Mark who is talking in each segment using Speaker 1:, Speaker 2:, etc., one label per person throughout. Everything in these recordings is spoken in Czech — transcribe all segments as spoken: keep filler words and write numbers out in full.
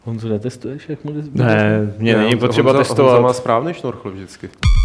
Speaker 1: Honzo, netestuješ, jak mu
Speaker 2: Ne, mě není potřeba
Speaker 3: Honza,
Speaker 2: testovat.
Speaker 3: Honza má správný šnorchl vždycky.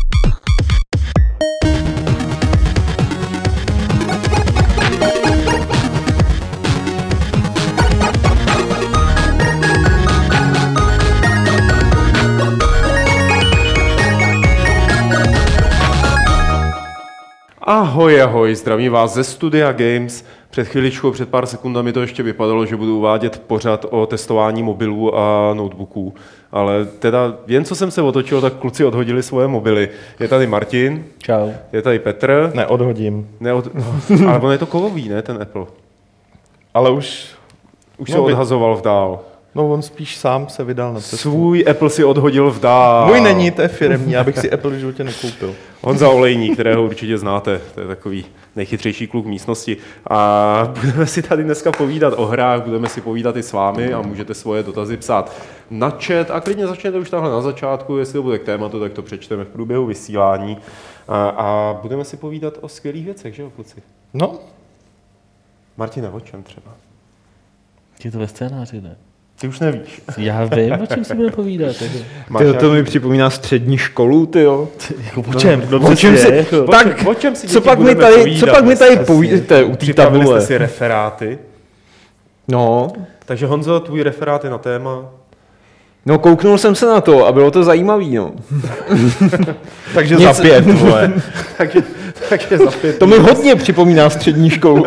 Speaker 3: Ahoj, ahoj, zdravím vás ze Studia Games. Před chviličkou, před pár sekundami to ještě vypadalo, že budu uvádět pořad o testování mobilů a notebooků. Ale teda jen co jsem se otočil, tak kluci odhodili svoje mobily. Je tady Martin.
Speaker 1: Čau.
Speaker 3: Je tady Petr.
Speaker 4: Neodhodím.
Speaker 3: Neod... Ale on je to kovový, ne, ten Apple.
Speaker 4: Ale už...
Speaker 3: Už
Speaker 4: no,
Speaker 3: se odhazoval vdál.
Speaker 4: No on spíš sám se vydal na cestu.
Speaker 3: Svůj Apple si odhodil vdál.
Speaker 4: Můj není, to je firemní, já bych si Apple v životě nekoupil.
Speaker 3: Honza Olejník, kterého určitě znáte, to je takový nejchytřejší kluk v místnosti. A budeme si tady dneska povídat o hrách, budeme si povídat i s vámi a můžete svoje dotazy psát na chat a klidně začněte už tahle na začátku, jestli to bude k tématu, tak to přečteme v průběhu vysílání. A, a budeme si povídat o skvělých věcech, že jo, kluci?
Speaker 4: No.
Speaker 3: Martina, o čem třeba?
Speaker 1: Je to ve scénáři, ne?
Speaker 3: Ty už nevíš.
Speaker 1: Já vím, o čem si budeme povídat.
Speaker 2: Tyjo, to mi připomíná střední školu, tyjo.
Speaker 1: O čem? No,
Speaker 2: o čem si,
Speaker 1: jako.
Speaker 2: tak,
Speaker 3: o čem si
Speaker 2: co pak mi tady,
Speaker 3: povídat,
Speaker 2: co pak mi tady povídáte u té
Speaker 3: Připravili
Speaker 2: tabule?
Speaker 3: jste si referáty.
Speaker 2: No,
Speaker 3: Takže Honzo, tvůj referát je na téma.
Speaker 2: no kouknul jsem se na to a bylo to zajímavý, no.
Speaker 4: Takže
Speaker 2: Nic-
Speaker 4: za pět, vole.
Speaker 3: takže, takže za pět
Speaker 2: To mi hodně připomíná střední školu.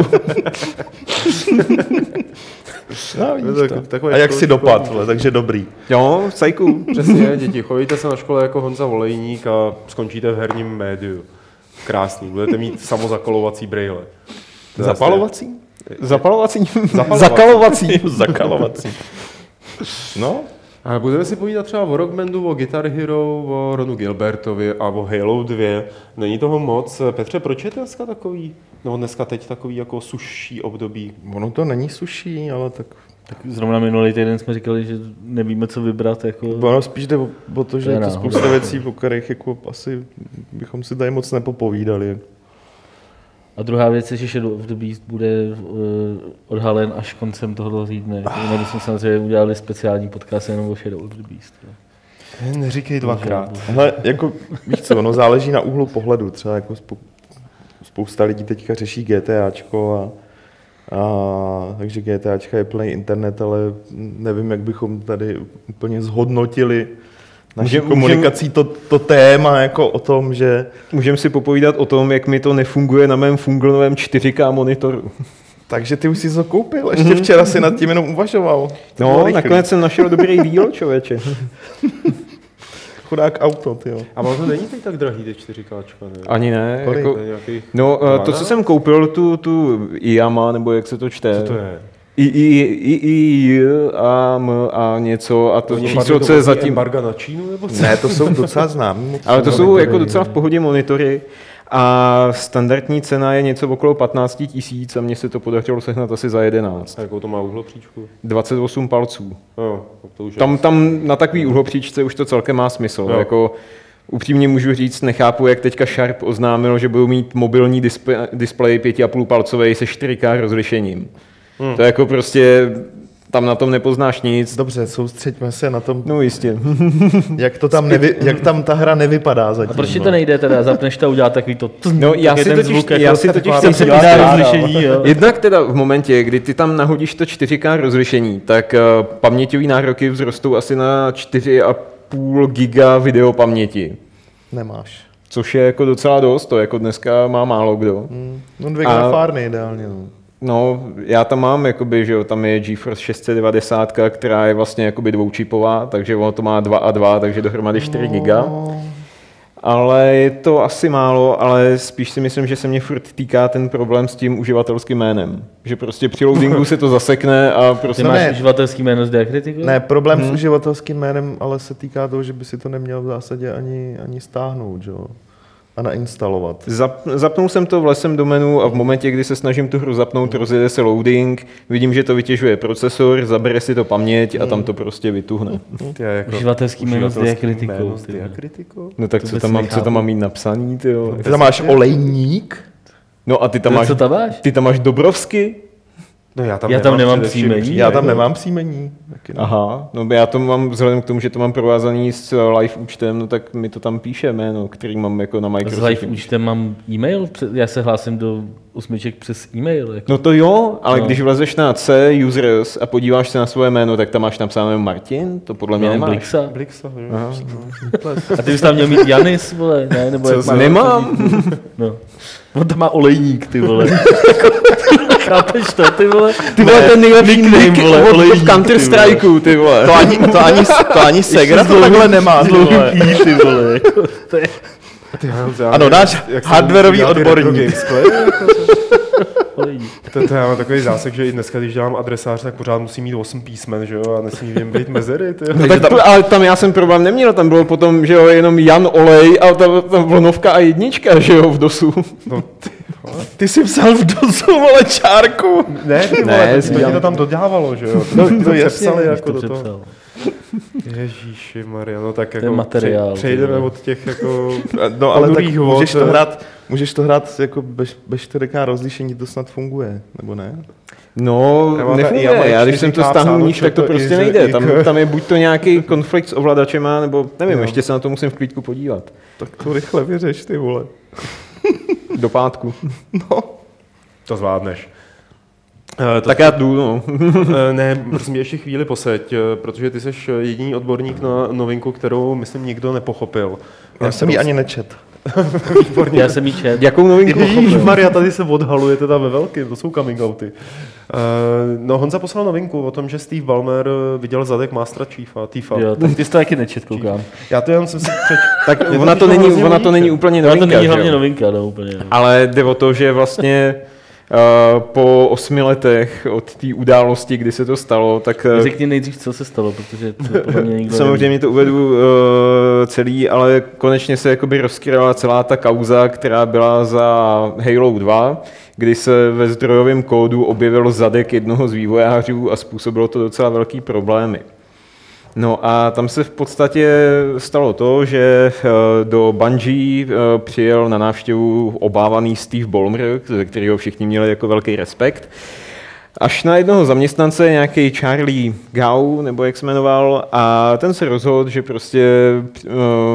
Speaker 4: No, vidíš
Speaker 3: Tak-
Speaker 4: to.
Speaker 3: takové
Speaker 4: A jak
Speaker 3: škol-
Speaker 4: si dopad, vole, takže dobrý.
Speaker 2: Jo, sajku.
Speaker 3: Přesně, děti, chovejte se na škole jako Honza Olejník a skončíte v herním médiu. Krásný, budete mít samozakolovací brejle. To je
Speaker 4: Zapalovací?
Speaker 2: Zapalovací.
Speaker 3: Zapalovací.
Speaker 2: Zakalovací.
Speaker 4: Zakalovací. No,
Speaker 3: A budeme si povídat třeba o Rockbandu, o Guitar Hero, o Ronu Gilbertovi a o Halo dva. Není toho moc. Petře, proč je dneska takový, no dneska teď takový jako suší období?
Speaker 4: ono to není suší, ale tak...
Speaker 1: Tak zrovna minulý týden jsme říkali, že nevíme, co vybrat. Jako...
Speaker 4: Ono spíš jde o, o to, že
Speaker 1: To je
Speaker 4: je to
Speaker 1: náhoda.
Speaker 4: spousta věcí, o kterých jako asi bychom si tady moc nepopovídali.
Speaker 1: A druhá věc je, že Shadow of the Beast bude uh, odhalen až koncem tohoto týdne. Ah. My jsme samozřejmě udělali speciální podcast jenom o Shadow of the Beast. Jo.
Speaker 3: Neříkej dvakrát.
Speaker 4: Hele, jako, víš co, ono záleží na úhlu pohledu. Třeba jako spou- spousta lidí teďka řeší GTAčko a, a takže GTAčka je plný internet, ale nevím, jak bychom tady úplně zhodnotili naší
Speaker 2: Můžem-
Speaker 4: komunikací to, to téma jako o tom, že
Speaker 2: Můžeme si popovídat o tom, jak mi to nefunguje na mém funglnovém čtyři ká monitoru.
Speaker 4: takže ty už jsi to koupil, ještě včera si nad tím jenom uvažoval. To bylo
Speaker 2: No,
Speaker 4: rychlý.
Speaker 2: nakonec jsem našel dobrý díl, člověče.
Speaker 4: Chudák auto, tyjo.
Speaker 3: A ono to není teď tak drahý, ty čtyři káčka, ne?
Speaker 2: Ani ne.
Speaker 4: Kolik?
Speaker 2: Jako,
Speaker 3: To je nějaký...
Speaker 2: no, eh, to,
Speaker 3: dvanáct?
Speaker 2: co jsem koupil, tu, tu I A M A, nebo jak se to čte.
Speaker 3: Co to je?
Speaker 2: I, I, I, I, A, M a něco a to
Speaker 3: Oni
Speaker 2: číslo,
Speaker 3: padli
Speaker 2: co je
Speaker 3: do
Speaker 2: zatím...
Speaker 3: embarga na Čínu, nebo co?
Speaker 4: Ne, to jsou docela známí.
Speaker 2: Ale to jsou
Speaker 4: monitory.
Speaker 2: jako docela v pohodě monitory a standardní cena je něco okolo patnáct tisíc a mně se to podařilo sehnat asi za jedenáct.
Speaker 3: A jakou to má uhlopříčku?
Speaker 2: dvacet osm palců.
Speaker 3: Jo, tak to už je.
Speaker 2: Tam, tam na takový uhlopříčce už to celkem má smysl.
Speaker 3: Jo.
Speaker 2: Jako, upřímně můžu říct, nechápu, jak teďka Sharp oznámil, že budou mít mobilní displej, displej pět a půl palcový se čtyři ká rozlišením. Hmm. To jako prostě, tam na tom nepoznáš nic.
Speaker 4: Dobře, soustřeďme se na tom,
Speaker 2: No jistě.
Speaker 4: jak, to tam nevy, jak tam ta hra nevypadá zatím.
Speaker 1: A proč ti to nejde teda? Zapneš to a udělat takový to...
Speaker 2: No, já
Speaker 1: taky
Speaker 2: si
Speaker 1: ten
Speaker 2: totiž,
Speaker 1: zvuk,
Speaker 2: já
Speaker 1: jako
Speaker 2: si totiž
Speaker 1: taková
Speaker 2: jsem
Speaker 1: se
Speaker 2: si
Speaker 1: přidá
Speaker 2: myslel,
Speaker 1: rozlišení, jo.
Speaker 2: jednak teda v momentě, kdy ty tam nahodíš to čtyři ká rozlišení, tak uh, paměťové nároky vzrostou asi na čtyři a půl giga videopaměti.
Speaker 4: Nemáš.
Speaker 2: Což je jako docela dost, to jako dneska má málo kdo.
Speaker 4: Hmm. No dvě
Speaker 2: A-
Speaker 4: grafárny ideálně. No.
Speaker 2: No, já tam mám, jakoby, že jo, tam je GeForce šest set devadesát, která je vlastně jakoby dvoučipová, takže ono to má dva a dva, takže dohromady čtyři giga.
Speaker 4: No,
Speaker 2: Ale je to asi málo, ale spíš si myslím, že se mě furt týká ten problém s tím uživatelským jménem. Že prostě při loadingu se to zasekne a
Speaker 1: Ty
Speaker 2: prostě...
Speaker 4: No
Speaker 1: máš
Speaker 4: ne.
Speaker 1: uživatelský jméno z Diakritiku?
Speaker 4: ne, problém
Speaker 2: Hmm.
Speaker 4: s uživatelským jménem, ale se týká toho, že by si to neměl v zásadě ani, ani stáhnout, že jo? A nainstalovat.
Speaker 2: Zap, zapnul jsem to v lesem domenu a v momentě, kdy se snažím tu hru zapnout, rozjede se loading, vidím, že to vytěžuje procesor, zabere si to paměť a tam to prostě vytuhne.
Speaker 3: Ty je jako
Speaker 1: Uživatelský jméno s
Speaker 3: uživatelský
Speaker 1: diakritikou,
Speaker 3: jméno s
Speaker 1: ty vole.
Speaker 3: diakritikou?
Speaker 2: No tak
Speaker 1: To
Speaker 2: co
Speaker 1: vůbec
Speaker 2: tam, mám, co
Speaker 1: nechápu.
Speaker 2: tam mám mít napsaný, ty jo?
Speaker 4: Ty tam máš olejník?
Speaker 2: No a ty tam
Speaker 1: To
Speaker 2: máš,
Speaker 1: co tam máš?
Speaker 2: ty tam máš Dobrovsky?
Speaker 3: No já tam,
Speaker 1: Já tam nemám
Speaker 3: především
Speaker 1: příjmení.
Speaker 3: příjmení.
Speaker 4: Já tam nemám příjmení.
Speaker 3: Já tam
Speaker 1: Já tam
Speaker 3: nemám
Speaker 1: nemám
Speaker 3: především
Speaker 1: příjmení.
Speaker 4: Já tam nemám příjmení. Taky ne.
Speaker 2: Aha, no já to mám, vzhledem k tomu, že to mám provázaný s live účtem, no tak mi to tam píše jméno, který mám jako na
Speaker 1: S
Speaker 2: Microsoftu.
Speaker 1: live účtem mám e-mail, pře- já se hlásím do osmiček přes e-mail. Jako.
Speaker 2: No to jo, ale
Speaker 1: No.
Speaker 2: no. když vlezeš na C users a podíváš se na svoje jméno, tak tam máš napsané Martin, to podle mě
Speaker 1: Mám
Speaker 2: nemáš.
Speaker 1: Blixa.
Speaker 3: Blixa, že?
Speaker 2: Aha.
Speaker 1: A ty bys tam měl mít Janis, vole, ne? Nebo jak má-
Speaker 2: Nemám.
Speaker 1: No. On tam má olejník, ty vole. Chápeš to, ty vole?
Speaker 2: Ty vole, ten nejlepší nick
Speaker 1: vole,
Speaker 2: od-
Speaker 1: olejník,
Speaker 2: od Counter-Strikeu, ty vole.
Speaker 4: To ani, to ani, to ani Segra to takhle nemá. ty vole.
Speaker 1: Dlouhý ty vole. Jako, to je
Speaker 3: Ty, já, já,
Speaker 4: Ano, náš
Speaker 3: jak se
Speaker 4: hardwarový
Speaker 3: dělá ty
Speaker 4: odborník.
Speaker 3: retro gamesplay, jako
Speaker 1: olejník.
Speaker 3: to, to já mám takový zásek, že i dneska, když dělám adresář, tak pořád musí mít osm písmen, že jo, a nesmí v něm být mezery, ty jo.
Speaker 2: No tak to, ale tam já jsem problém neměl, tam bylo potom, že jo, jenom Jan Olej a tam, tam vlonovka a jednička, že jo, v dosu.
Speaker 3: No, ty,
Speaker 4: Ty jsi psal v dosu, vole, čárku.
Speaker 3: ne, ty
Speaker 2: Ne,
Speaker 3: vole,
Speaker 2: si
Speaker 3: to ti
Speaker 2: dělám.
Speaker 3: to tam dodělávalo, že jo.
Speaker 4: No,
Speaker 3: To,
Speaker 4: to
Speaker 3: to
Speaker 4: jasně,
Speaker 3: přepsali
Speaker 1: Už
Speaker 3: jako
Speaker 1: to
Speaker 3: do toho.
Speaker 1: přepsal.
Speaker 3: Ježíši Maria, no tak
Speaker 1: je
Speaker 3: jako
Speaker 1: materiál,
Speaker 3: pře- přejdeme
Speaker 1: ty vole.
Speaker 3: od těch jako
Speaker 4: No ale tak
Speaker 3: ponurých vod,
Speaker 4: můžeš to
Speaker 3: eh,
Speaker 4: hrát, můžeš to hrát jako bez, bez čtyři ká rozlišení, to snad funguje, nebo ne?
Speaker 2: No,
Speaker 3: Já mám ta-
Speaker 2: nefunguje.
Speaker 3: já mám
Speaker 2: Já když jsem to
Speaker 3: čtyři ká
Speaker 2: stáhnul
Speaker 3: psáno,
Speaker 2: níž, tak to
Speaker 3: čo to
Speaker 2: prostě
Speaker 3: i, že
Speaker 2: nejde.
Speaker 3: i
Speaker 2: Tam,
Speaker 3: k-
Speaker 2: tam je buď to nějaký konflikt s ovladačema, nebo nevím,
Speaker 3: Jo.
Speaker 2: ještě se na to musím v klídku podívat.
Speaker 4: Tak to rychle vyřeš, ty vole.
Speaker 2: Do pátku.
Speaker 3: to zvládneš. Eh, to
Speaker 2: Tak já jdu, no.
Speaker 3: Eh, Ne, prosím, ještě chvíli poseď, eh, protože ty jsi jediný odborník na novinku, kterou, myslím, nikdo nepochopil.
Speaker 4: Já jsem ji ani nečet.
Speaker 1: Já jsem jí čet.
Speaker 2: Jakou novinku?
Speaker 3: Ježíš Maria, tady se odhaluje teda ve velkým, to jsou coming outy. Uh, no Honza poslal novinku o tom, že Steve Ballmer viděl zadek Mastera Chiefa, Tifa.
Speaker 1: Jo, tak ty jsi to taky nečet, koukám.
Speaker 3: Já to jenom jsem si přeč...
Speaker 2: Tak
Speaker 3: Je to
Speaker 2: ona to,
Speaker 3: totiž
Speaker 2: není,
Speaker 3: hrozně
Speaker 2: ona to
Speaker 3: líče.
Speaker 2: není úplně
Speaker 1: No, to
Speaker 2: novinka,
Speaker 1: není
Speaker 2: že
Speaker 1: hlavně
Speaker 2: jo?
Speaker 1: novinka, no úplně. No.
Speaker 2: Ale jde o to, že vlastně uh, po osmi letech od té události, kdy se to stalo, tak uh,
Speaker 1: Řekni nejdřív, co se stalo, protože to podle mě nikdo neví.
Speaker 2: samozřejmě to uvedu uh, celý, ale konečně se jakoby rozkryla celá ta kauza, která byla za Halo dva, kdy se ve zdrojovém kódu objevil zadek jednoho z vývojářů a způsobilo to docela velký problémy. No a tam se v podstatě stalo to, že do Bungie přijel na návštěvu obávaný Steve Ballmer, ze kterého všichni měli jako velký respekt. Až na jednoho zaměstnance, nějaký Charlie Gau, nebo jak se jmenoval, a ten se rozhodl, že prostě uh,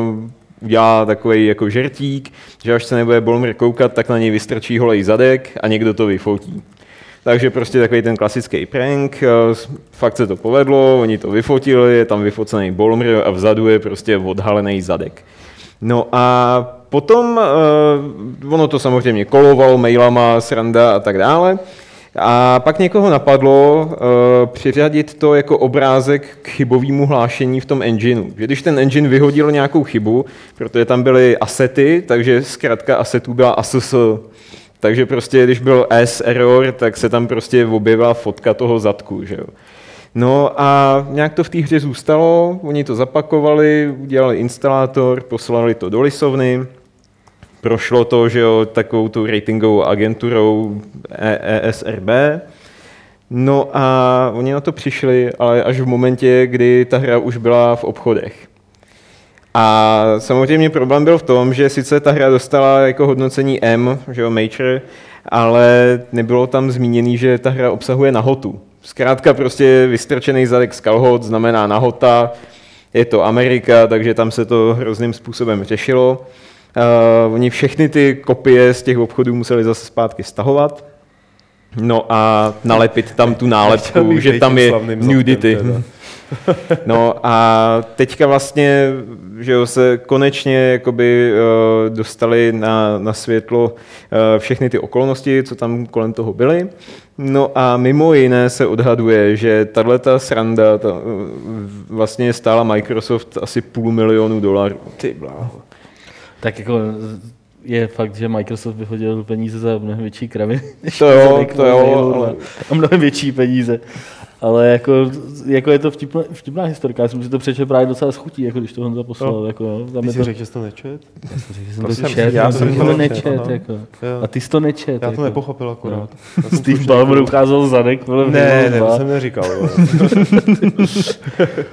Speaker 2: udělá takový jako žertík, že až se nebude Ballmer koukat, tak na něj vystrčí holej zadek a někdo to vyfotí. Takže prostě takový ten klasický prank, fakt se to povedlo, oni to vyfotili, je tam vyfocený Ballmer a vzadu je prostě odhalený zadek. No a potom uh, ono to samozřejmě kolovalo mailama, sranda a tak dále. A pak někoho napadlo uh, přiřadit to jako obrázek k chybovému hlášení v tom engineu. Že když ten engine vyhodil nějakou chybu, protože tam byly asety, takže zkrátka asetů byla A S S. Takže prostě, když byl S error, tak se tam prostě objevila fotka toho zadku, že jo. No a nějak to v té hře zůstalo, oni to zapakovali, udělali instalátor, poslali to do lisovny, prošlo to, že jo, takovou tu ratingovou agenturou E S R B. No a oni na to přišli, ale až v momentě, kdy ta hra už byla v obchodech. A samozřejmě problém byl v tom, že sice ta hra dostala jako hodnocení M, že jo, Mature, ale nebylo tam zmíněný, že ta hra obsahuje nahotu. Zkrátka prostě vystrčený zadek z kalhot znamená nahota, je to Amerika, takže tam se to hrozným způsobem řešilo. Uh, oni všechny ty kopie z těch obchodů museli zase zpátky stahovat. No a nalepit tam tu nálepku, že tam je nudity. No a teďka vlastně, že jo, se konečně jakoby uh, dostali na, na světlo uh, všechny ty okolnosti, co tam kolem toho byly. No a mimo jiné se odhaduje, že tahleta sranda ta, uh, vlastně stála Microsoft asi půl milionu dolarů. Ty bláho.
Speaker 1: Tak jako je fakt, že Microsoft vyhodil peníze za mnohem větší kraviny.
Speaker 2: To jo, to jo, ale...
Speaker 1: A mnohem větší peníze. Ale jako, jako je to vtipná, vtipná historka, já jsem si to přečetl právě docela schutí, jako když to Honza poslal.
Speaker 3: No.
Speaker 1: Jako, tam
Speaker 3: Ty
Speaker 1: je
Speaker 3: jsi
Speaker 1: to...
Speaker 3: řekl, že jsi to nečet?
Speaker 1: Já jsem řekl, že jsem
Speaker 3: To
Speaker 1: to
Speaker 3: jsem-
Speaker 1: čet,
Speaker 3: já
Speaker 1: já
Speaker 3: jsem
Speaker 1: jsem
Speaker 3: to
Speaker 1: to
Speaker 3: nečet,
Speaker 1: nečet.
Speaker 3: aha.
Speaker 1: Jako.
Speaker 3: Jo.
Speaker 1: A ty jsi to nečet.
Speaker 3: Já to
Speaker 1: jako.
Speaker 3: nepochopil akorát.
Speaker 1: No.
Speaker 3: Já jsem
Speaker 1: Steve
Speaker 3: to
Speaker 1: Ballmer ukázal zadek, vole, v
Speaker 3: Ne,
Speaker 1: Halo
Speaker 3: ne,
Speaker 1: dva.
Speaker 3: to jsem neříkal. Jo.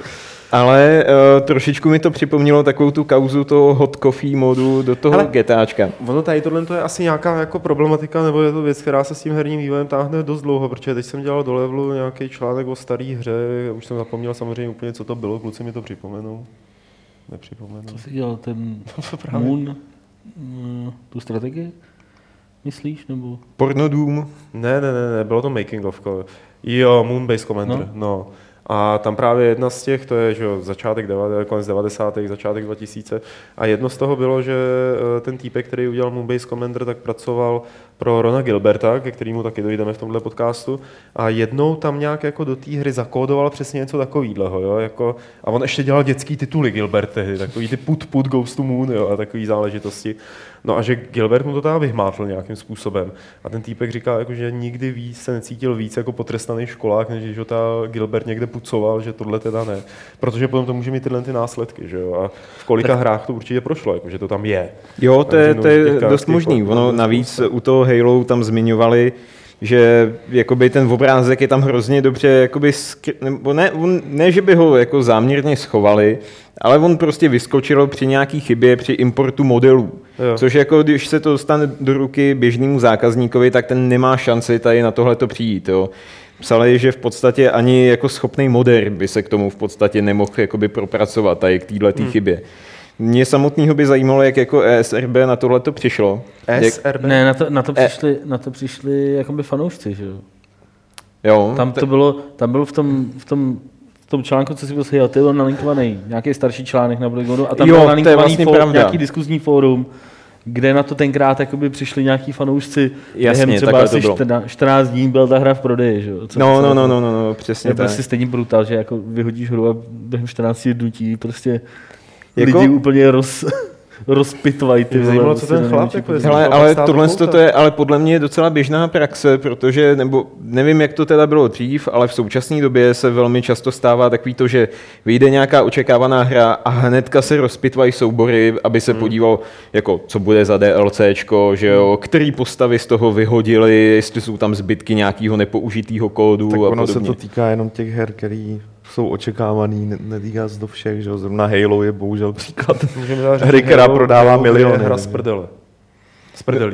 Speaker 2: Ale uh, trošičku mi to připomnělo takovou tu kauzu toho hot coffee modu do toho
Speaker 3: Hele,
Speaker 2: GTAčka.
Speaker 3: Ono tady tohle to je asi nějaká jako problematika, nebo je to věc, která se s tím herním vývojem táhne dost dlouho, protože teď jsem dělal do levelu nějaký článek o staré hře, už jsem zapomněl samozřejmě úplně, co to bylo, kluci mi to připomenou. Nepřipomenou.
Speaker 1: Co jsi dělal, ten Moon, mm, tu strategii? Myslíš, nebo?
Speaker 2: Porno Doom.
Speaker 3: Ne, ne, ne, ne, bylo to making of. Jo, Moonbase Commander, no. no. A tam právě jedna z těch, to je že jo, začátek, konec devadesátých, začátek dva tisíce. A jedno z toho bylo, že ten týpek, který udělal Moonbase Commander, tak pracoval pro Rona Gilberta, ke kterému taky dojdeme v tomhle podcastu. A jednou tam nějak jako do té hry zakódoval přesně něco takovýhleho. Jo? Jako, a on ještě dělal dětský tituly Gilbert tehdy, takový ty Put Put Goes to Moon jo? A takový záležitosti. No a že Gilbert mu to teda vyhmátl nějakým způsobem. A ten týpek říkal, jako, že nikdy víc se necítil víc jako potrestaný školák, než že ta Gilbert někde pucoval, že tohle teda ne. Protože potom to může mít tyhle ty následky. Že jo? A v kolika hrách to určitě prošlo, jako, že to tam je.
Speaker 2: Jo, to je, to je dost možný. Ono navíc u toho Halo tam zmiňovali, že jakoby ten obrázek je tam hrozně dobře, jakoby skry... nebo ne, on, ne, že by ho jako záměrně schovali, ale on prostě vyskočil při nějaký chybě při importu modelů. Jo. Což jako když se to dostane do ruky běžnému zákazníkovi, tak ten nemá šanci tady na tohleto přijít. Jo. Psali, že v podstatě ani jako schopný moder by se k tomu v podstatě nemohl jakoby propracovat tady k této hmm. chybě. Mě samotného by zajímalo, jak jako E S R B na tohle to přišlo.
Speaker 3: E S R B?
Speaker 1: Ne, na to, na to přišli, na to přišli jakoby fanoušci, že jo?
Speaker 2: Jo.
Speaker 1: Tam to bylo, tam bylo v tom, v tom, v tom článku, co si byl sejel, to byl nalinkovaný, nějaký starší článek na Blogonu a tam
Speaker 2: jo,
Speaker 1: byl nalinkovaný
Speaker 2: vlastně
Speaker 1: fórum, nějaký diskuzní fórum, kde na to tenkrát jakoby přišli nějaký fanoušci.
Speaker 2: Jasně,
Speaker 1: během třeba asi čtrnáct dní byla ta hra v prodeji, že jo? Co,
Speaker 2: no,
Speaker 1: co
Speaker 2: no, no, no, no, no, přesně
Speaker 1: je
Speaker 2: tak.
Speaker 1: prostě stejný brutal, že jako vyhodíš hru a během čtrnácti dnů prostě
Speaker 2: jako...
Speaker 1: lidi úplně roz... rozpitvají ty
Speaker 3: zajímalo, co ten chlap jako je.
Speaker 2: Hele, ale tohle to je ale podle mě docela běžná praxe, protože nebo nevím, jak to teda bylo dřív, ale v současné době se velmi často stává takový to, že vyjde nějaká očekávaná hra a hnedka se rozpitvají soubory, aby se hmm. podíval, jako co bude za DLCčko, že jo, který postavy z toho vyhodili, jestli jsou tam zbytky nějakého nepoužitého kódu
Speaker 4: tak
Speaker 2: a
Speaker 4: ono
Speaker 2: podobně.
Speaker 4: se to týká jenom těch her, který jsou očekávaný, netýká se to všech, že jo, zrovna Halo je bohužel příklad hry, která prodává miliony.
Speaker 3: Hra z prdele. Z prdelí.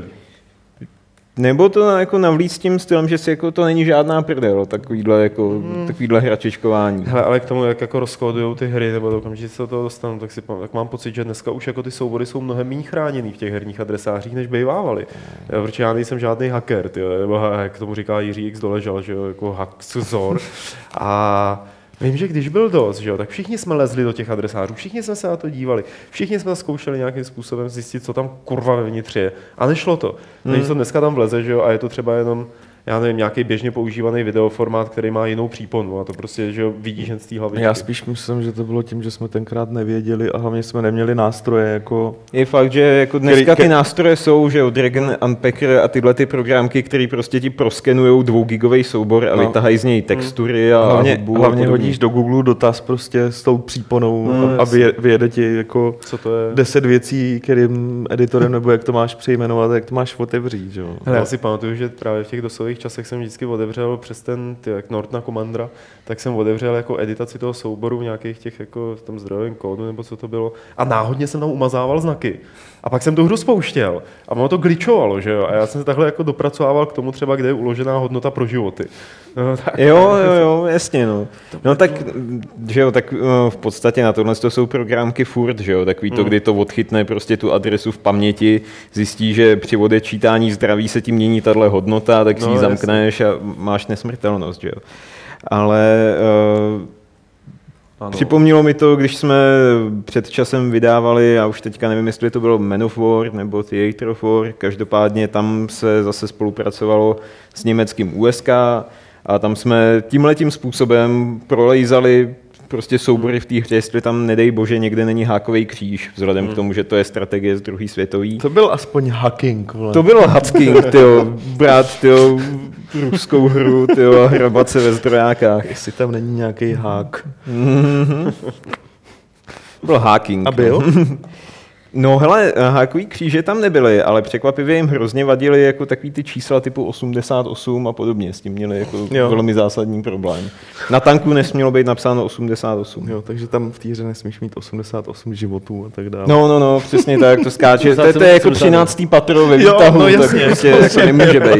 Speaker 2: Nebo to jako navlít s tím stylem, že si jako to není žádná prdel, takovýhle, jako, hmm. takovýhle hračičkování.
Speaker 3: Hele, ale k tomu, jak jako rozkódujou ty hry, nebo okamžitě se do toho dostanu, tak, si, tak mám pocit, že dneska už jako ty soubory jsou mnohem méně chráněný v těch herních adresářích, než bývávaly. Já, protože já nejsem žádný hacker, tyjo, nebo jak tomu říká Jiří X doležal, že jo, jako hackzor. A vím, že když byl DOS, že jo, tak všichni jsme lezli do těch adresářů, všichni jsme se na to dívali, všichni jsme zkoušeli nějakým způsobem zjistit, co tam kurva vevnitř je. A nešlo to. Hmm. Když to dneska tam vleze, že jo, a je to třeba jenom, já nevím, nějaký běžně používaný videoformát, který má jinou příponu a to prostě, že jo, vidíš jen z té hlavy.
Speaker 4: Já spíš myslím, že to bylo tím, že jsme tenkrát nevěděli a hlavně jsme neměli nástroje jako...
Speaker 2: Je fakt, že jako dneska ty nástroje jsou, že jo, Dragon Unpacker a tyhle ty programky, které prostě ti proskenujou dvougigový soubor a no. vytahají z něj textury a
Speaker 4: hlavně,
Speaker 2: hudbu
Speaker 4: hlavně
Speaker 2: a
Speaker 4: hodíš do Google dotaz prostě s tou příponou no, a vyje, vyjede ti jako
Speaker 3: co to je?
Speaker 4: deset věcí, kterým editorem nebo jak to máš přejmenovat, jak to máš otevřít, že jo.
Speaker 3: Hele, já si pamatuju, že právě v těch dosových časech jsem vždycky otevřel přes ten ty, jak Nortna Commandera, tak jsem otevřel jako editaci toho souboru v nějakých těch jako v tom zdrojovém kódu nebo co to bylo a náhodně jsem tam umazával znaky. A pak jsem tu hru spouštěl a ono to glitchovalo, že jo? A já jsem se takhle jako dopracovával k tomu třeba, kde je uložená hodnota pro životy.
Speaker 2: No, tak, jo, jo, jo, jasně, no. No tak, že jo, tak no, v podstatě na tohle to jsou programky furt, že jo, takový to, mm. kdy to odchytne prostě tu adresu v paměti, zjistí, že při odečítání zdraví se ti mění tahle hodnota, tak si no, ji zamkneš jasně. A máš nesmrtelnost, že jo. Ale uh, připomnělo mi to, když jsme před časem vydávali, já už teďka nevím, jestli to bylo Man of War nebo Theater of War, každopádně tam se zase spolupracovalo s německým U S K a tam jsme tímhletím způsobem prolejzali prostě soubory v té hře, jestli tam, nedej bože, někde není hákový kříž, vzhledem hmm. k tomu, že to je strategie z druhé světové.
Speaker 4: To byl aspoň hacking, vole.
Speaker 2: To bylo hacking, tyjo, brát, tyjo, ruskou hru, tyjo, a hrabat se ve zdrojákách.
Speaker 4: Jestli tam není nějaký hack.
Speaker 2: Mm-hmm. Byl hacking.
Speaker 4: A byl?
Speaker 2: No hele, hákový kříže tam nebyly, ale překvapivě jim hrozně vadily jako takový ty čísla typu osmdesát osm a podobně. S tím měli jako
Speaker 4: Jo.
Speaker 2: velmi zásadní problém. Na tanku nesmělo být napsáno osmdesát osm.
Speaker 4: Jo, takže tam v té hře nesmíš mít osmdesát osm životů a tak dále.
Speaker 2: No, no, no, přesně tak, to skáče. To, je- to je jako třináctý patro ve
Speaker 4: Jo,
Speaker 2: výtahu,
Speaker 4: no
Speaker 2: tak
Speaker 4: jasně.
Speaker 2: prostě jako nemůže být.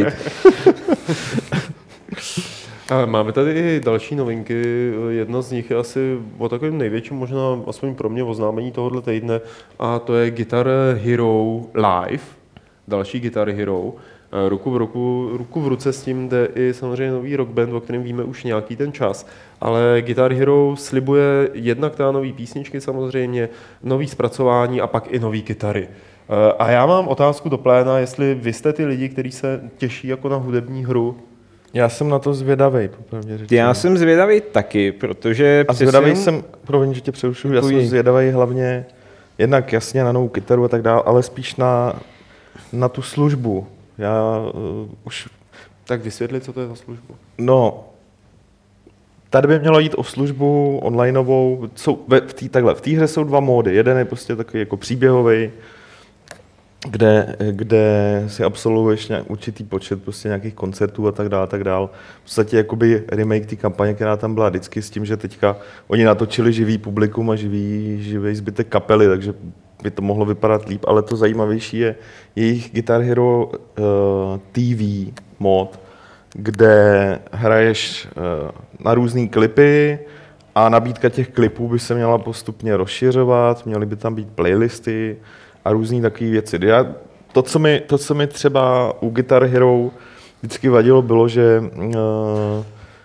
Speaker 3: A máme tady i další novinky. Jedna z nich je asi o takovém největším, možná aspoň pro mě, oznámení tohohle týdne, a to je Guitar Hero Live, další Guitar Hero. Ruku v, ruku, ruku v ruce s tím jde i samozřejmě nový Rock Band, o kterém víme už nějaký ten čas, ale Guitar Hero slibuje jednak ta nový písničky samozřejmě, nový zpracování a pak i nový kytary. A já mám otázku do pléna, jestli vy jste ty lidi, kteří se těší jako na hudební hru.
Speaker 4: Já jsem na to zvědavej, popravdě řečeno.
Speaker 2: Já jsem zvědavý taky, protože...
Speaker 4: A zvědavej jsem, promiň, že tě přerušuju, já jsem
Speaker 2: Děkuji.
Speaker 4: zvědavej hlavně jednak jasně na novou kytaru a tak dále, ale spíš na, na tu službu. Já uh, už,
Speaker 3: Tak vysvětli, co to je za službu.
Speaker 4: no, tady by mělo jít o službu onlineovou, jsou, ve, v té takhle, v té hře jsou dva módy, jeden je prostě takový jako příběhový, kde, kde si absolvuješ nějak, určitý počet prostě nějakých koncertů a tak dále, tak dále. V podstatě jakoby remake té kampaně, která tam byla vždycky s tím, že teďka oni natočili živý publikum a živý, živý zbytek kapely, takže by to mohlo vypadat líp, ale to zajímavější je jejich Guitar Hero uh, T V mod, kde hraješ uh, na různý klipy a nabídka těch klipů by se měla postupně rozšiřovat, měly by tam být playlisty a různý takové věci. Já, to, co mi, to, co mi třeba u Guitar Hero vždycky vadilo, bylo, že uh,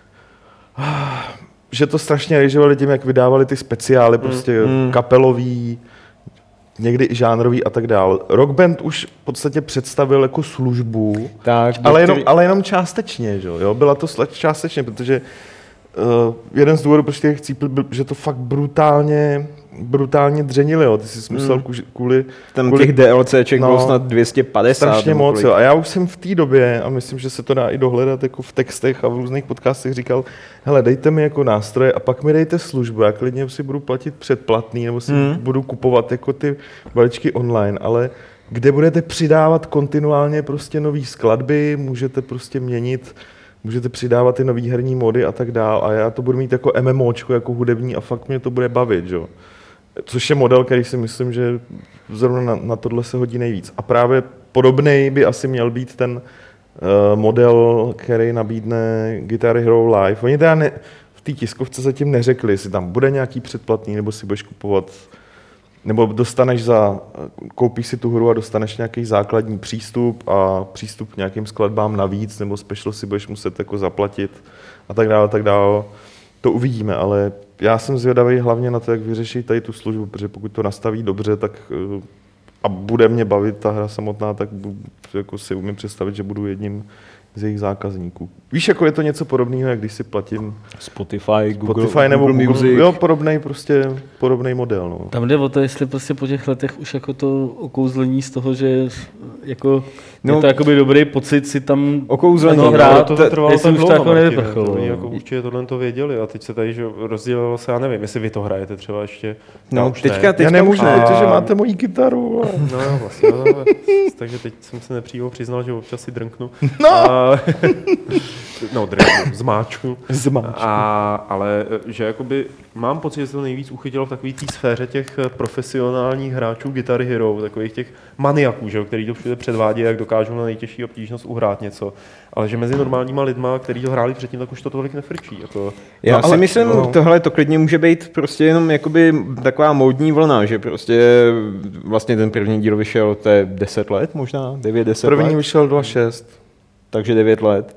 Speaker 4: že to strašně režovali tím, jak vydávali ty speciály, prostě
Speaker 2: mm.
Speaker 4: kapelový, někdy i žánrový a tak dále. Rock Band už v podstatě představil jako službu,
Speaker 2: Tak,
Speaker 4: ale jenom,
Speaker 2: některý-
Speaker 4: ale jenom částečně, že jo? Byla to sle- částečně, protože uh, jeden z důvodů, proč těch chcípl, byl, že to fakt brutálně, brutálně dřenili, jo? Ty jsi musel
Speaker 2: Mm.
Speaker 4: kuži- kvůli,
Speaker 2: Tam
Speaker 4: kvůli
Speaker 2: těch DLCček
Speaker 4: no,
Speaker 2: bylo snad dvě stě padesát.
Speaker 4: strašně
Speaker 2: nebo
Speaker 4: moc,
Speaker 2: kolik.
Speaker 4: jo. A já už jsem v té době, a myslím, že se to dá i dohledat jako v textech a v různých podcastech, říkal, hele, dejte mi jako nástroje a pak mi dejte službu, já klidně si budu platit předplatný, nebo si
Speaker 2: Hmm.
Speaker 4: budu kupovat jako ty balíčky online, ale kde budete přidávat kontinuálně prostě nový skladby, můžete prostě měnit, můžete přidávat ty nový herní mody a tak dál a já to budu mít jako MMOčko, jako hudební a fakt mě to bude bavit, jo. Což je model, který si myslím, že zrovna na, na tohle se hodí nejvíc. A právě podobnej by asi měl být ten uh, model, který nabídne Guitar Hero Live. Oni teda ne, v té tiskovce zatím neřekli, jestli tam bude nějaký předplatný, nebo si budeš kupovat, nebo dostaneš za, koupíš si tu hru a dostaneš nějaký základní přístup a přístup k nějakým skladbám navíc, nebo special si budeš muset jako zaplatit a tak dále, tak dále. To uvidíme, ale já jsem zvědavý hlavně na to, jak vyřeší tady tu službu, protože pokud to nastaví dobře, tak eh, a bude mě bavit ta hra samotná, tak bu- jako si umím představit, že budu jedním z jejich zákazníků. Víš, jako je to něco podobného, jak když si platím
Speaker 2: Spotify, Google,
Speaker 4: Spotify nebo
Speaker 2: Google
Speaker 4: Google,
Speaker 2: Music.
Speaker 4: jo, podobnej prostě, podobnej model, no.
Speaker 1: Tam jde o to, jestli prostě po těch letech už jako to okouzlení z toho, že jako
Speaker 2: No,
Speaker 1: je to jakoby dobrý pocit si tam
Speaker 2: Okouzlení,
Speaker 1: na to
Speaker 2: no,
Speaker 1: hrát,
Speaker 3: to trvalo
Speaker 1: jestli
Speaker 3: tak
Speaker 1: už to
Speaker 3: dlouho,
Speaker 1: jako
Speaker 3: Martine,
Speaker 1: nevyprchalo.
Speaker 3: to oni
Speaker 1: no.
Speaker 3: jako určitě tohle to věděli a teď se tady že rozdělilo se, já nevím, jestli vy to hrajete třeba ještě.
Speaker 2: No,
Speaker 3: Já už
Speaker 2: teďka,
Speaker 3: ne.
Speaker 2: teďka
Speaker 4: Já nemůžu,
Speaker 2: už ne.
Speaker 4: protože máte moji kytaru. A...
Speaker 3: No jo, vlastně, no, no, takže teď jsem se nepřímo přiznal, že občas si drnknu.
Speaker 4: No!
Speaker 3: A, no, drnknu, zmáčknu.
Speaker 4: Zmáčknu.
Speaker 3: A, ale že jakoby mám pocit, že se to nejvíc uchytilo v takové té sféře těch profesionálních hráčů Guitar Hero, takových těch maniaků, že, jo, který to všude předvádí, jak dokážou na nejtěžší obtížnost uhrát něco. Ale že mezi normálníma lidma, kteří to hráli předtím, tak už to tolik nefrčí. Jako.
Speaker 2: Já
Speaker 4: No,
Speaker 2: si
Speaker 4: ale-
Speaker 2: myslím,
Speaker 4: no.
Speaker 2: tohle to klidně může být prostě jenom jakoby taková módní vlna, že prostě vlastně ten první díl vyšel, to je deset let možná, devět deset
Speaker 4: První
Speaker 2: let,
Speaker 4: vyšel dva šest.
Speaker 2: takže devět let.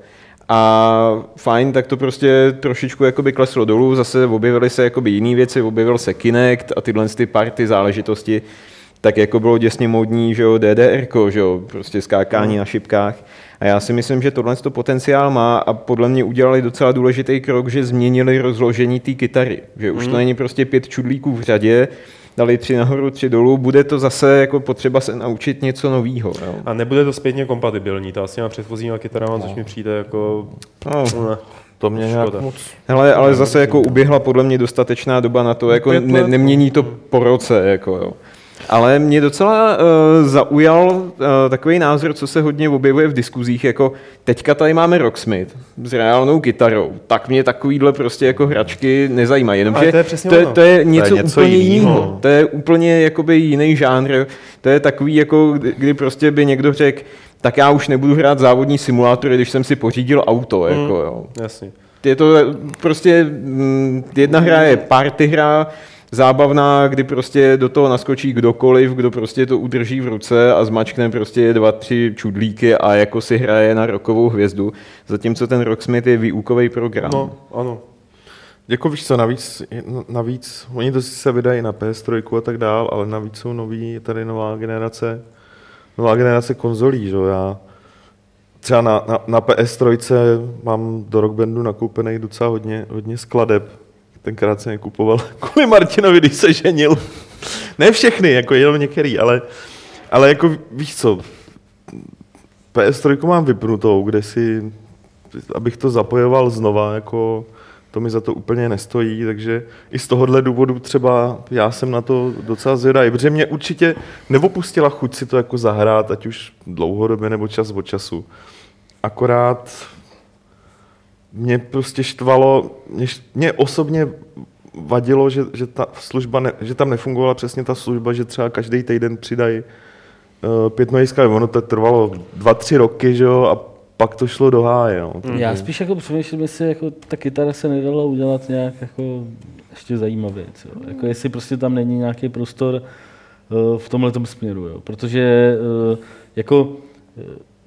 Speaker 2: A fajn, tak to prostě trošičku jakoby kleslo dolů, zase objevily se jakoby jiné věci, objevil se Kinect a tyhle ty party záležitosti, tak jako bylo děsně módní, že jo, D D R ko, že jo, prostě skákání
Speaker 4: Hmm.
Speaker 2: na šipkách. A já si myslím, že tohle to potenciál má a podle mě udělali docela důležitý krok, že změnili rozložení té kytary. Že už to není prostě pět čudlíků v řadě, dali tři nahoru, tři dolů, bude to zase jako potřeba se naučit něco nového.
Speaker 3: A nebude to zpětně kompatibilní, ta s těma předchozíma kytarama, což mi přijde jako...
Speaker 2: No.
Speaker 3: Ne.
Speaker 4: To mě nějak
Speaker 3: Škoda.
Speaker 4: moc...
Speaker 2: Hele, ale zase jako uběhla podle mě dostatečná doba na to, jako
Speaker 3: Pět
Speaker 2: ne,
Speaker 3: let.
Speaker 2: nemění to po roce, jako jo. Ale mě docela uh, zaujal uh, takový názor, co se hodně objevuje v diskuzích, jako teďka tady máme Rocksmith s reálnou kytarou, tak mě takovýhle prostě jako hračky nezajímají, jenomže
Speaker 3: to je přesně
Speaker 2: to, je,
Speaker 3: ono.
Speaker 2: to je něco,
Speaker 4: To je něco
Speaker 2: úplně
Speaker 4: jinýho.
Speaker 2: jiného, to je úplně jakoby jiný žánr, to je takový, jako kdy, kdy prostě by někdo řekl, tak já už nebudu hrát závodní simulátory, když jsem si pořídil auto,
Speaker 3: Hmm.
Speaker 2: jako jo.
Speaker 3: Jasně.
Speaker 2: Je to prostě, mm, jedna hra je party hra, zábavná, kdy prostě do toho naskočí kdokoliv, kdo prostě to udrží v ruce a zmačkne prostě dva, tři čudlíky a jako si hraje na rockovou hvězdu, zatímco ten Rocksmith je výukový program.
Speaker 3: No, ano.
Speaker 4: Jako víš co, navíc, navíc, oni to se vydají na P S tři a tak dál, ale navíc jsou nový, je tady nová generace, nová generace konzolí, že jo, já třeba na, na, na P S tři mám do Rock Bandu nakoupených docela hodně, hodně skladeb, tenkrát jsem je kupoval kvůli Martinovi, když se ženil, ne všechny, jako jenom některý, ale, ale jako víš co, P S tři mám vypnutou, kde si, abych to zapojoval znova, jako to mi za to úplně nestojí, takže i z tohohle důvodu třeba já jsem na to docela zvědavý, protože mě určitě neopustila chuť si to jako zahrát, ať už dlouhodobě nebo čas od času. Akorát mě prostě štvalo, mě, mě osobně vadilo, že, že ta služba, ne, že tam nefungovala přesně ta služba, že třeba každý týden přidají uh, pět nových skladeb. Ono to trvalo dva, tři roky, že jo, a pak to šlo do háje. No.
Speaker 1: Já spíš jako přemýšlím, jestli jako ta kytara se nedala udělat nějak jako ještě zajímavě. Jo. Jako jestli prostě tam není nějaký prostor uh, v tomhletom směru, jo. Protože uh, jako uh,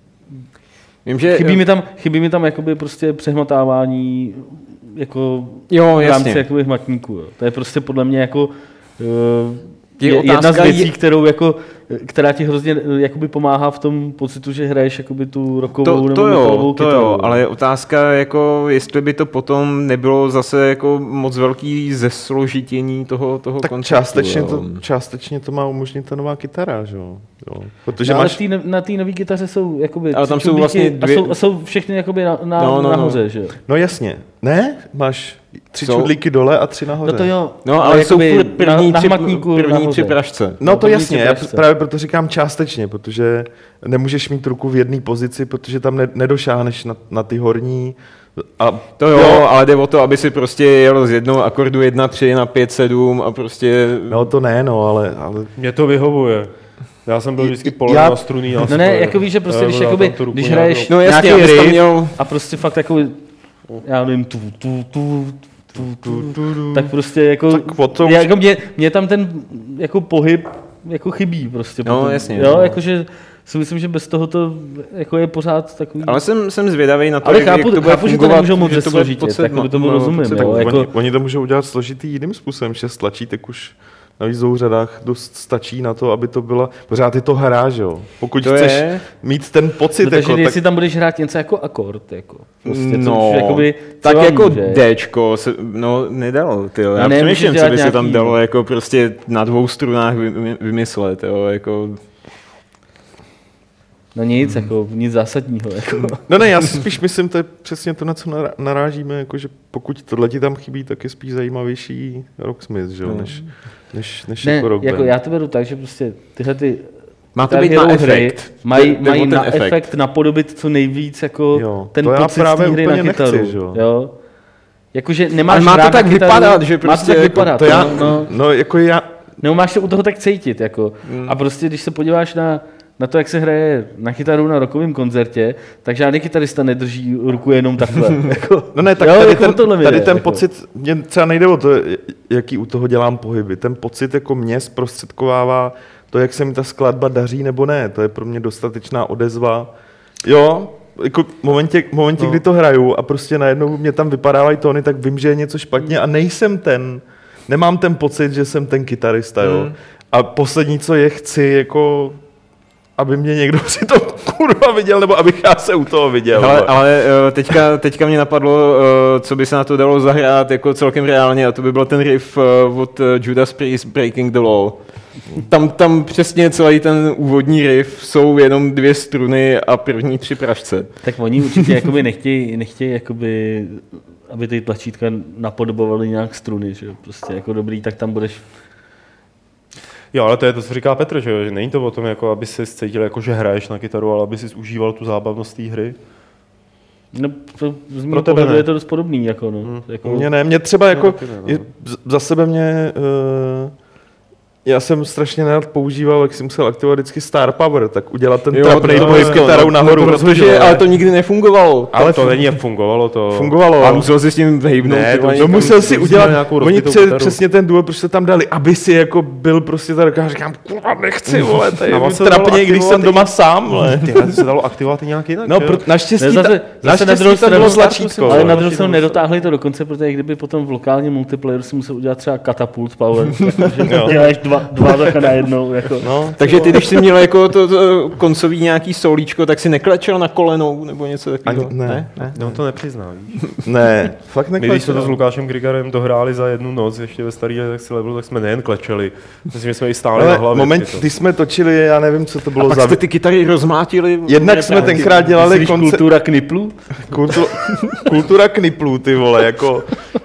Speaker 2: Vím, že
Speaker 1: chybí mi tam, chybí mi tam jakoby prostě přehmatávání jako
Speaker 2: Jo,
Speaker 1: v rámci
Speaker 2: jasně.
Speaker 1: jakoby hmatníku. Jo. To je prostě podle mě jako uh,
Speaker 2: Je
Speaker 1: je, jedna z
Speaker 2: otázka,
Speaker 1: věcí,
Speaker 2: je-
Speaker 1: kterou jako, která ti hrozně uh, jakoby pomáhá v tom pocitu, že hraješ jakoby tu rockovou
Speaker 2: To,
Speaker 1: nebo
Speaker 2: to
Speaker 1: metalovou
Speaker 2: jo, to
Speaker 1: kytaru.
Speaker 2: jo, ale je otázka, jako, jestli by to potom nebylo zase jako moc velký zesložitění toho, toho
Speaker 4: Tak
Speaker 2: konceptu.
Speaker 4: částečně
Speaker 2: jo.
Speaker 4: to, částečně to má umožnit ta nová kytara, že jo. jo. Protože
Speaker 1: No, ale
Speaker 4: máš,
Speaker 1: v tý, ne- na té nové kytaře jsou jakoby
Speaker 2: Ale tam
Speaker 1: tři
Speaker 2: jsou vlastně
Speaker 1: čudlíky
Speaker 2: dvě-
Speaker 1: a, jsou, a jsou všechny jakoby na, na,
Speaker 2: No, no, no.
Speaker 1: nahoře, že jo?
Speaker 4: no jasně, ne, máš tři
Speaker 2: Jsou-
Speaker 4: čudlíky dole a tři nahoře.
Speaker 1: No to jo,
Speaker 2: No, ale jsou
Speaker 1: jakoby
Speaker 2: furt první,
Speaker 1: na,
Speaker 2: tři,
Speaker 1: na hmatníku
Speaker 2: první
Speaker 1: nahoře.
Speaker 2: tři pražce.
Speaker 4: No to
Speaker 1: první
Speaker 4: jasně,
Speaker 1: tři
Speaker 4: já
Speaker 1: pražce.
Speaker 4: právě proto říkám částečně, protože nemůžeš mít ruku v jedné pozici, protože tam ne, nedošáhneš na, na ty horní. A
Speaker 2: To jo, jo, ale jde o to, aby si prostě jel z jednoho akordu jedna tři na pět sedm a prostě...
Speaker 4: no to ne, no, ale, ale
Speaker 3: Mě to vyhovuje. Já jsem byl vždycky
Speaker 4: Já-
Speaker 3: polen na struný.
Speaker 1: No ne, jako víš, že prostě, když, jakoby, když hraješ
Speaker 2: No jasně,
Speaker 1: nějaký
Speaker 2: abys tam
Speaker 1: riff
Speaker 2: měl-
Speaker 1: a prostě fakt jakoby, já nevím, tu, tu, tu, tu, tu, tu, tak prostě jako,
Speaker 4: Tak o tom-
Speaker 1: jako mě, mě tam ten jako pohyb jako chybí prostě.
Speaker 2: No,
Speaker 1: potom.
Speaker 2: jasně,
Speaker 1: Jo,
Speaker 2: no.
Speaker 1: jakože si myslím, že bez toho to jako je pořád takový...
Speaker 2: Ale jsem, jsem zvědavý na to,
Speaker 1: Ale
Speaker 2: jak,
Speaker 1: chápu-
Speaker 2: jak to bude
Speaker 1: chápu, že to
Speaker 2: fungovat,
Speaker 1: nemůžou moc
Speaker 2: že to bude
Speaker 1: zesložitět,
Speaker 2: pocit-
Speaker 1: tak to tomu
Speaker 2: no,
Speaker 1: rozumím,
Speaker 2: pocit-
Speaker 1: jo,
Speaker 4: tak
Speaker 1: jako-
Speaker 4: oni, oni to můžou udělat složitý jiným způsobem, že tlačítek už na víc řadách dost stačí na to, aby to byla, pořád je to hra, že jo. Pokud
Speaker 2: To
Speaker 4: chceš
Speaker 2: je.
Speaker 4: mít ten pocit,
Speaker 1: No, takže
Speaker 4: jako, tak
Speaker 1: jestli tam budeš hrát něco jako akord, jako, prostě,
Speaker 2: No,
Speaker 1: co už jakoby
Speaker 2: tak
Speaker 1: třeba
Speaker 2: jako
Speaker 1: může.
Speaker 2: Dčko, se, no nedalo, tyjo. Já
Speaker 1: No ne,
Speaker 2: přemýšlím,
Speaker 1: můžeš
Speaker 2: co
Speaker 1: dělat
Speaker 2: by se tam
Speaker 1: nějaký-
Speaker 2: dalo jako prostě na dvou strunách vy- vy- vymyslet, jo, jako...
Speaker 1: No nic, jako nic zásadního. Jako.
Speaker 4: No ne, já si spíš myslím, to je přesně to, na co nará- narážíme, jako, že pokud tohle ti tam chybí, tak je spíš zajímavější Rocksmith, že jo, než, než, než
Speaker 1: Ne,
Speaker 4: jako Rock
Speaker 1: jako
Speaker 4: Band.
Speaker 1: já to beru tak, že prostě tyhle ty
Speaker 2: Má to
Speaker 1: Guitar
Speaker 2: být na
Speaker 1: Hero hry
Speaker 2: efekt.
Speaker 1: mají,
Speaker 2: Jde- jde o
Speaker 1: mají
Speaker 2: ten
Speaker 1: na
Speaker 2: efekt.
Speaker 1: efekt napodobit co nejvíc jako
Speaker 4: Jo,
Speaker 1: ten
Speaker 4: to já
Speaker 1: pocit z
Speaker 4: právě
Speaker 1: té hry
Speaker 4: úplně
Speaker 1: na
Speaker 4: nechci,
Speaker 1: kytaru.
Speaker 4: že jo.
Speaker 1: jo? Jakože nemáš
Speaker 2: Ale má to
Speaker 1: hrát
Speaker 2: tak
Speaker 1: na kytaru,
Speaker 2: vypadat, že
Speaker 1: má to
Speaker 2: prostě
Speaker 1: tak
Speaker 2: jako-
Speaker 1: vypadat,
Speaker 4: To já,
Speaker 1: no, no.
Speaker 4: no jako já,
Speaker 1: Nebo máš to u toho tak cítit, jako.
Speaker 2: Hmm.
Speaker 1: A prostě, když se podíváš na, na to, jak se hraje na kytaru na rockovém koncertě, tak žádný kytarista nedrží ruku jenom takhle. jako.
Speaker 4: no ne, tak
Speaker 1: Jo,
Speaker 4: tady,
Speaker 1: jako o
Speaker 4: ten,
Speaker 1: tohle mi
Speaker 4: tady
Speaker 1: jde,
Speaker 4: ten
Speaker 1: jako.
Speaker 4: pocit, mě třeba nejde o to, jaký u toho dělám pohyby, ten pocit jako mě zprostředkovává to, jak se mi ta skladba daří nebo ne, to je pro mě dostatečná odezva. Jo, jako v momentě, v momentě
Speaker 3: No.
Speaker 4: kdy to hraju a prostě najednou mě tam vypadávají tóny, tak vím, že je něco špatně a nejsem ten, nemám ten pocit, že jsem ten kytarista, jo.
Speaker 3: Mm.
Speaker 4: A poslední, co je, chci jako, aby mě někdo při tom kurva viděl, nebo abych já se u toho viděl.
Speaker 2: Ale, ale eh, teďka, teďka mě napadlo, eh, co by se na to dalo zahrát jako celkem reálně, a to by byl ten riff eh, od eh, Judas Priest Breaking the Law. Tam, tam přesně celý ten úvodní riff jsou jenom dvě struny a první tři pražce.
Speaker 1: Tak oni určitě jakoby nechtějí, nechtějí jakoby, aby ty tlačítka napodobovaly nějak struny, že jo. Prostě jako dobrý, tak tam budeš...
Speaker 3: Jo, ale to je to, co říká Petr, že, jo? Že není to o tom, jako aby si cítil, jako, že hraješ na kytaru, ale aby si užíval tu zábavnost té hry.
Speaker 1: No, to, z mého
Speaker 3: Pro tebe
Speaker 1: pohledu
Speaker 3: ne.
Speaker 1: je to dost podobný. Jako, no.
Speaker 3: Hmm.
Speaker 1: jako,
Speaker 4: Mně ne, mě třeba jako,
Speaker 3: No, taky ne, no.
Speaker 4: je, z- za sebe mě, uh, já jsem strašně nerad používal, jak jsem musel aktivovat vždycky Star Power, tak udělat ten trapnej
Speaker 2: to-
Speaker 4: boj s
Speaker 2: to-
Speaker 4: kytarou
Speaker 2: to-
Speaker 4: nahoru,
Speaker 2: to
Speaker 4: protože,
Speaker 2: protože, ale to nikdy nefungovalo.
Speaker 3: Ale to není, fungovalo to.
Speaker 4: fungovalo.
Speaker 2: A musel si s tím hejbnout.
Speaker 3: Ne,
Speaker 2: ty
Speaker 3: to-
Speaker 2: vole,
Speaker 4: No
Speaker 2: někam.
Speaker 4: musel si
Speaker 3: to
Speaker 4: udělat,
Speaker 3: měl nějakou
Speaker 4: oni
Speaker 3: rozbitou
Speaker 4: pře,
Speaker 3: kytaru.
Speaker 4: přesně ten duel, proč se tam dali, aby si jako byl prostě tady, já říkám, kurva nechci, vole, to je
Speaker 3: A on se dalo
Speaker 4: trapně, když jsem
Speaker 3: aktivovat
Speaker 4: doma sám, vole.
Speaker 3: Ty, to se dalo aktivovat i nějak jinak,
Speaker 4: No,
Speaker 3: že jo?
Speaker 4: pro, naštěstí,
Speaker 1: Ne, zase-
Speaker 4: ta,
Speaker 1: zase na
Speaker 4: naštěstí
Speaker 1: druhou
Speaker 4: tam
Speaker 1: stranu
Speaker 4: bylo
Speaker 1: startu
Speaker 4: tlačítko.
Speaker 1: ale na
Speaker 3: vole.
Speaker 1: druhou stranu nedotáhli to do konce, protože kdyby potom v lokálním multiplayeru si musel udělat třeba katapult power, takže
Speaker 4: Jo.
Speaker 1: děláš dva, dva takhle najednou. Jako.
Speaker 4: No,
Speaker 2: Takže ty, když jsi měl jako to, to koncový nějaký solíčko, tak si neklečel na kolenou nebo něco takového?
Speaker 4: Ani- ne.
Speaker 2: ne?
Speaker 3: No to nepřizná, víš.
Speaker 4: ne, fakt
Speaker 3: My, když jsme to s
Speaker 4: neklečel.
Speaker 3: Lukášem Grigarem dohráli za jednu noc, ještě ve starý redakci levelu, tak jsme nejen klečeli, myslím, že jsme i stáli na
Speaker 4: Ale
Speaker 3: hlavě.
Speaker 4: moment,
Speaker 3: při tom.
Speaker 4: když jsme točili, já nevím, co to
Speaker 2: A
Speaker 4: bylo
Speaker 2: pak
Speaker 4: za...
Speaker 2: jste ty kytary rozmátili?
Speaker 4: Jednak jsme tenkrát dělali
Speaker 1: Myslíš
Speaker 4: konce...
Speaker 1: kultura kniplů?
Speaker 4: Kultu... Kultura kniplů, ty vole, jako...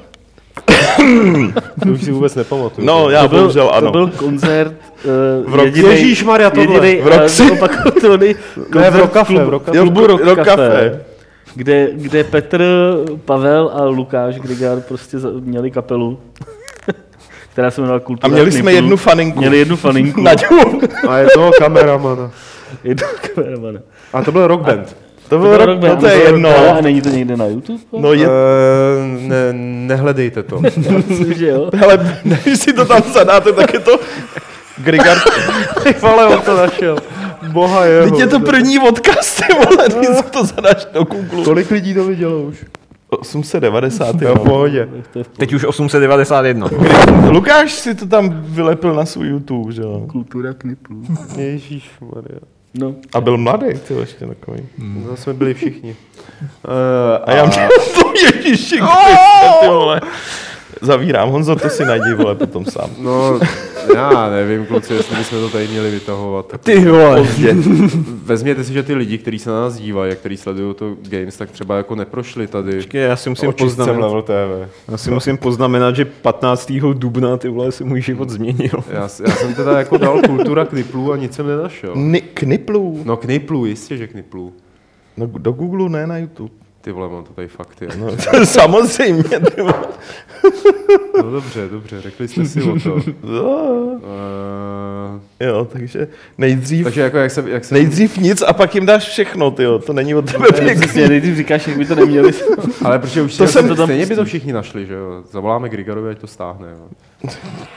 Speaker 3: To už si vůbec nepamatuju.
Speaker 4: No, já
Speaker 1: To byl,
Speaker 4: bohužel
Speaker 1: to
Speaker 4: ano.
Speaker 1: byl koncert uh,
Speaker 4: V Rock-
Speaker 1: jedinej,
Speaker 3: Ježíšmarja, tohle.
Speaker 1: jedinej,
Speaker 4: V Rock-
Speaker 1: ale to opakovaný koncert
Speaker 3: v Rock Cafe,
Speaker 1: klubu-
Speaker 3: v Rock Cafe.
Speaker 4: Jo, v
Speaker 1: klubu Rock,
Speaker 4: Rock
Speaker 1: Cafe,
Speaker 4: Cafe.
Speaker 1: Kde, kde Petr, Pavel a Lukáš Grigar prostě za- měli kapelu, která se jmenovala Kultura
Speaker 4: A měli jsme
Speaker 1: kniplů.
Speaker 4: jednu faninku.
Speaker 1: Měli jednu faninku.
Speaker 4: Naďu.
Speaker 3: A je to kameramana.
Speaker 1: Jednu kameramana.
Speaker 3: A to byl Rock Band.
Speaker 4: To bylo rok, no to je jedno.
Speaker 1: Ale a není to někde na YouTube?
Speaker 4: No je,
Speaker 3: Eh, ne, nehledejte to.
Speaker 1: Myslím, že jo.
Speaker 4: hele, když si to tam zadáte, tak je to... Grigar,
Speaker 3: Ale on to našel. Boha je.
Speaker 4: teď je to první odkaz, ty vole, když si to zadáš do Google.
Speaker 3: Kolik lidí to vidělo už?
Speaker 4: osm set devadesát,
Speaker 3: Jo, v
Speaker 4: jo.
Speaker 3: pohodě.
Speaker 1: To je v
Speaker 2: Teď už osm set devadesát jedna.
Speaker 4: Lukáš si to tam vylepil na svůj YouTube, že jo.
Speaker 1: Kultura kniplů.
Speaker 3: Ježíšmarja.
Speaker 1: No.
Speaker 4: A byl mladý, ty jo, ještě takový.
Speaker 3: No, jsme byli všichni. Uh,
Speaker 4: A já měl to Ježíši Kriste, ty vole. Zavírám, Honzo, to si najdi, vole, potom sám.
Speaker 3: No, já nevím, kluci, jestli bychom to tady měli vytahovat.
Speaker 2: Ty vole.
Speaker 4: Pozdě.
Speaker 3: Vezměte si, že ty lidi, kteří se na nás dívají a kteří sledují to Games, tak třeba jako neprošli tady.
Speaker 2: Počkej, já si musím
Speaker 3: Očistcem
Speaker 2: poznamenat,
Speaker 3: Level T V.
Speaker 2: já si musím poznamenat, že patnáctého dubna ty vole se můj život změnil.
Speaker 3: Já, s- já jsem teda jako dal kultura kniplů a nic jsem nenašel.
Speaker 4: Ni- Kniplů.
Speaker 3: No kniplů, jistě, že kniplů.
Speaker 4: No, do Google, ne na YouTube.
Speaker 3: Ty vole, mám to tady fakt je.
Speaker 4: No, to samozřejmě, ty vole.
Speaker 3: No dobře, dobře, řekli jste si o to.
Speaker 4: No,
Speaker 3: Uh,
Speaker 4: jo, takže nejdřív,
Speaker 3: takže jako jak jsem, jak jsem
Speaker 4: nejdřív nic a pak jim dáš všechno, ty jo. To není od tebe pěkný.
Speaker 1: Přesně, nejdřív říkáš, jak by to neměli.
Speaker 3: ale protože už
Speaker 4: To
Speaker 3: to
Speaker 4: jsem-
Speaker 3: jsem,
Speaker 1: to tam
Speaker 3: stejně by to
Speaker 1: pustí.
Speaker 3: všichni našli, že jo. Zavoláme Grigarovi, ať to stáhne, jo.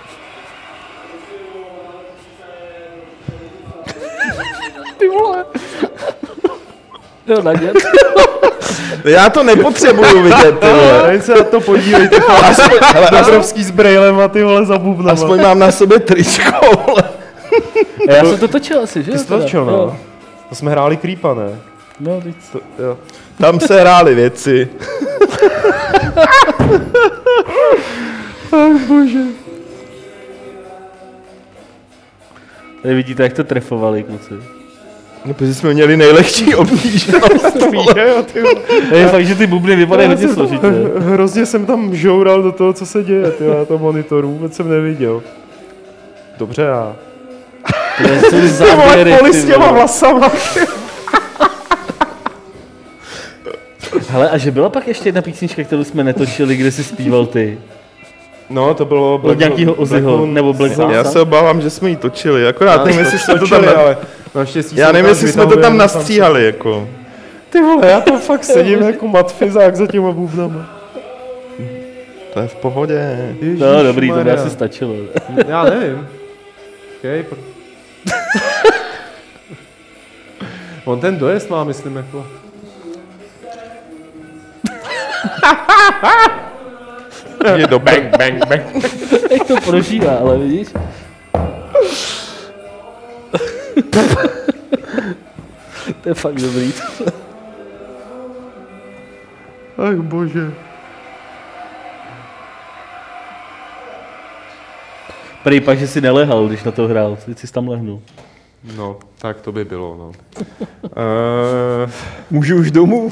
Speaker 1: Jo, Nadět.
Speaker 4: Já to nepotřebuju vidět, ty vole.
Speaker 3: Tady se na to podívejte,
Speaker 4: Aspoň, hele, aspoň,
Speaker 3: Dobrovský s brejlem a ty vole za bubnama.
Speaker 4: aspoň mám na sobě tričko, vole.
Speaker 1: A já jsem to točil asi, že?
Speaker 3: Ty jsi to
Speaker 1: teda?
Speaker 3: točil, no.
Speaker 1: Jo.
Speaker 3: To jsme hráli Creepa, ne?
Speaker 1: No, teď
Speaker 3: To, jo.
Speaker 4: Tam se hrály věci.
Speaker 1: tady vidíte, jak to trefovali, kluci.
Speaker 4: No, protože jsme měli nejlehčí obtížnost.
Speaker 3: Jo, ty vole.
Speaker 1: Je fakt, že ty bubny vypadají hodně složitě.
Speaker 3: Hrozně jsem tam žoural do toho, co se děje, ty na tom monitoru, vůbec jsem neviděl. Dobře, já.
Speaker 1: To jsou záběry,
Speaker 3: Poli
Speaker 1: ty
Speaker 3: s těma
Speaker 1: vole.
Speaker 3: vlasama.
Speaker 1: Hele, a že byla pak ještě jedna písnička, kterou jsme netočili, kde jsi zpíval ty?
Speaker 3: No, to bylo...
Speaker 1: Od nějakého Ozzyho, nebo Black Hole.
Speaker 4: Já se obávám, že jsme ji točili, akorát nevím, jestli jsme to tam...
Speaker 3: točili, ale naštěstí
Speaker 4: Já
Speaker 3: se
Speaker 4: nevím,
Speaker 3: tam
Speaker 4: jestli jsme to tam
Speaker 3: vytahujeme
Speaker 4: nastříhali, jako.
Speaker 3: Ty vole, já to fakt sedím jako matfizák za těma bubnama.
Speaker 4: To je v pohodě.
Speaker 1: No, dobrý, to by asi stačilo.
Speaker 3: Já nevím. Okay, pro... On ten dojezd má, myslím, jako...
Speaker 4: Je do bang, bang, bang.
Speaker 1: Jak to prožívá, ale vidíš? To je fakt dobrý.
Speaker 3: Ach bože.
Speaker 1: Prý pak, že si nelehal, když na to hrál, teď jsi tam lehnul.
Speaker 3: No, tak to by bylo, no. uh,
Speaker 2: Můžu už domů?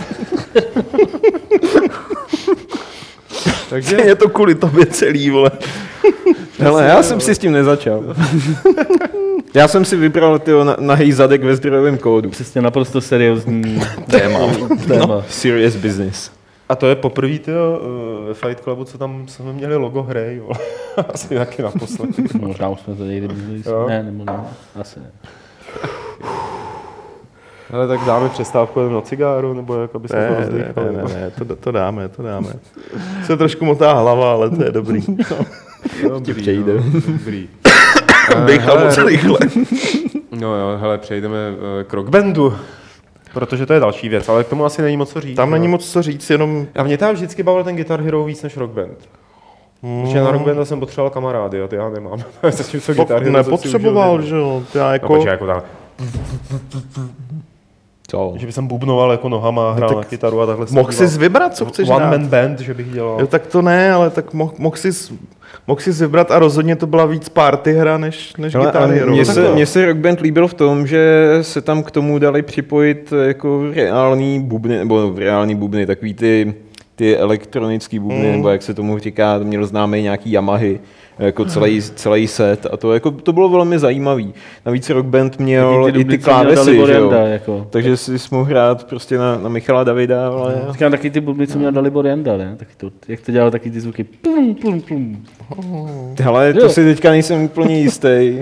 Speaker 3: takže,
Speaker 4: Je to kvůli tobě celý, vole.
Speaker 2: Hele, já jsem si s tím nezačal. Já jsem si vybral tyho na, nahý zadek ve zdrojovém kódu.
Speaker 1: Přesně naprosto seriózní
Speaker 2: Téma.
Speaker 1: téma.
Speaker 2: No, serious business.
Speaker 3: A to je poprvé tyjo, ve Fight Clubu, co tam jsme měli logo hry, jo. Asi taky naposledy.
Speaker 1: Možná už jsme to někdy byli. Ne, nebo ne, asi ne.
Speaker 3: Ale tak dáme přestávku na cigáru, nebo jak aby jsme
Speaker 4: Ne,
Speaker 3: to
Speaker 4: ne,
Speaker 3: rozdýchali.
Speaker 4: ne, ne, ne, to, to dáme, to dáme. Se trošku motá hlava, ale to je dobrý.
Speaker 3: Dobrý,
Speaker 2: přejde.
Speaker 3: no, dobrý.
Speaker 4: Dejchal moc rychle.
Speaker 3: No jo, hele, přejdeme eh, k rockbandu, protože to je další věc, ale k tomu asi není moc co říct.
Speaker 4: Tam
Speaker 3: no.
Speaker 4: není moc co říct, jenom
Speaker 3: A mě tam vždycky bavil ten Guitar Hero víc než rockband.
Speaker 4: Mm.
Speaker 3: Protože na rockbanda jsem potřeboval kamarády a ty já nemám. Zatímco
Speaker 4: po,
Speaker 3: Guitar Hero jsem si
Speaker 4: nepotřeboval,
Speaker 3: užil,
Speaker 4: že jo. Já
Speaker 3: No,
Speaker 4: jako,
Speaker 3: počkej, jako tam,
Speaker 2: Co?
Speaker 3: že by jsem bubnoval jako nohama, hrál
Speaker 4: tak
Speaker 3: na kytaru a takhle jsem
Speaker 4: mohl jsi
Speaker 3: dělal.
Speaker 4: vybrat, co chceš
Speaker 3: One
Speaker 4: hrát.
Speaker 3: man band, že bych dělal.
Speaker 4: Jo, tak to ne, ale tak mohl mohl jsi, mohl jsi vybrat a rozhodně to byla víc party hra než, než
Speaker 2: Hele,
Speaker 4: Guitar
Speaker 2: a
Speaker 4: Hero.
Speaker 2: Mně
Speaker 4: Tak
Speaker 2: se,
Speaker 4: to-
Speaker 2: mně se Rock Band líbil v tom, že se tam k tomu dali připojit jako reální bubny, nebo reální bubny, takový ty, ty elektronický bubny,
Speaker 4: Mm.
Speaker 2: nebo jak se tomu říká, měl známý nějaký Yamahy, jako celý, celý set a to, jako, to bylo velmi zajímavý. Navíc Rock Band měl
Speaker 1: Taky
Speaker 2: i ty
Speaker 1: dublice měl
Speaker 2: klávesy,
Speaker 1: Dalibor
Speaker 2: že jo?
Speaker 1: Janda, jako.
Speaker 2: Takže si mohl hrát prostě na, na Michala Davida, ale...
Speaker 1: Říkám taky ty bubny, co měl Dalibor Janda, ne? Taky to, jak to dělal taky ty zvuky. Plum, plum, plum.
Speaker 2: Hele, to
Speaker 1: Jo.
Speaker 2: si teďka nejsem úplně jistý.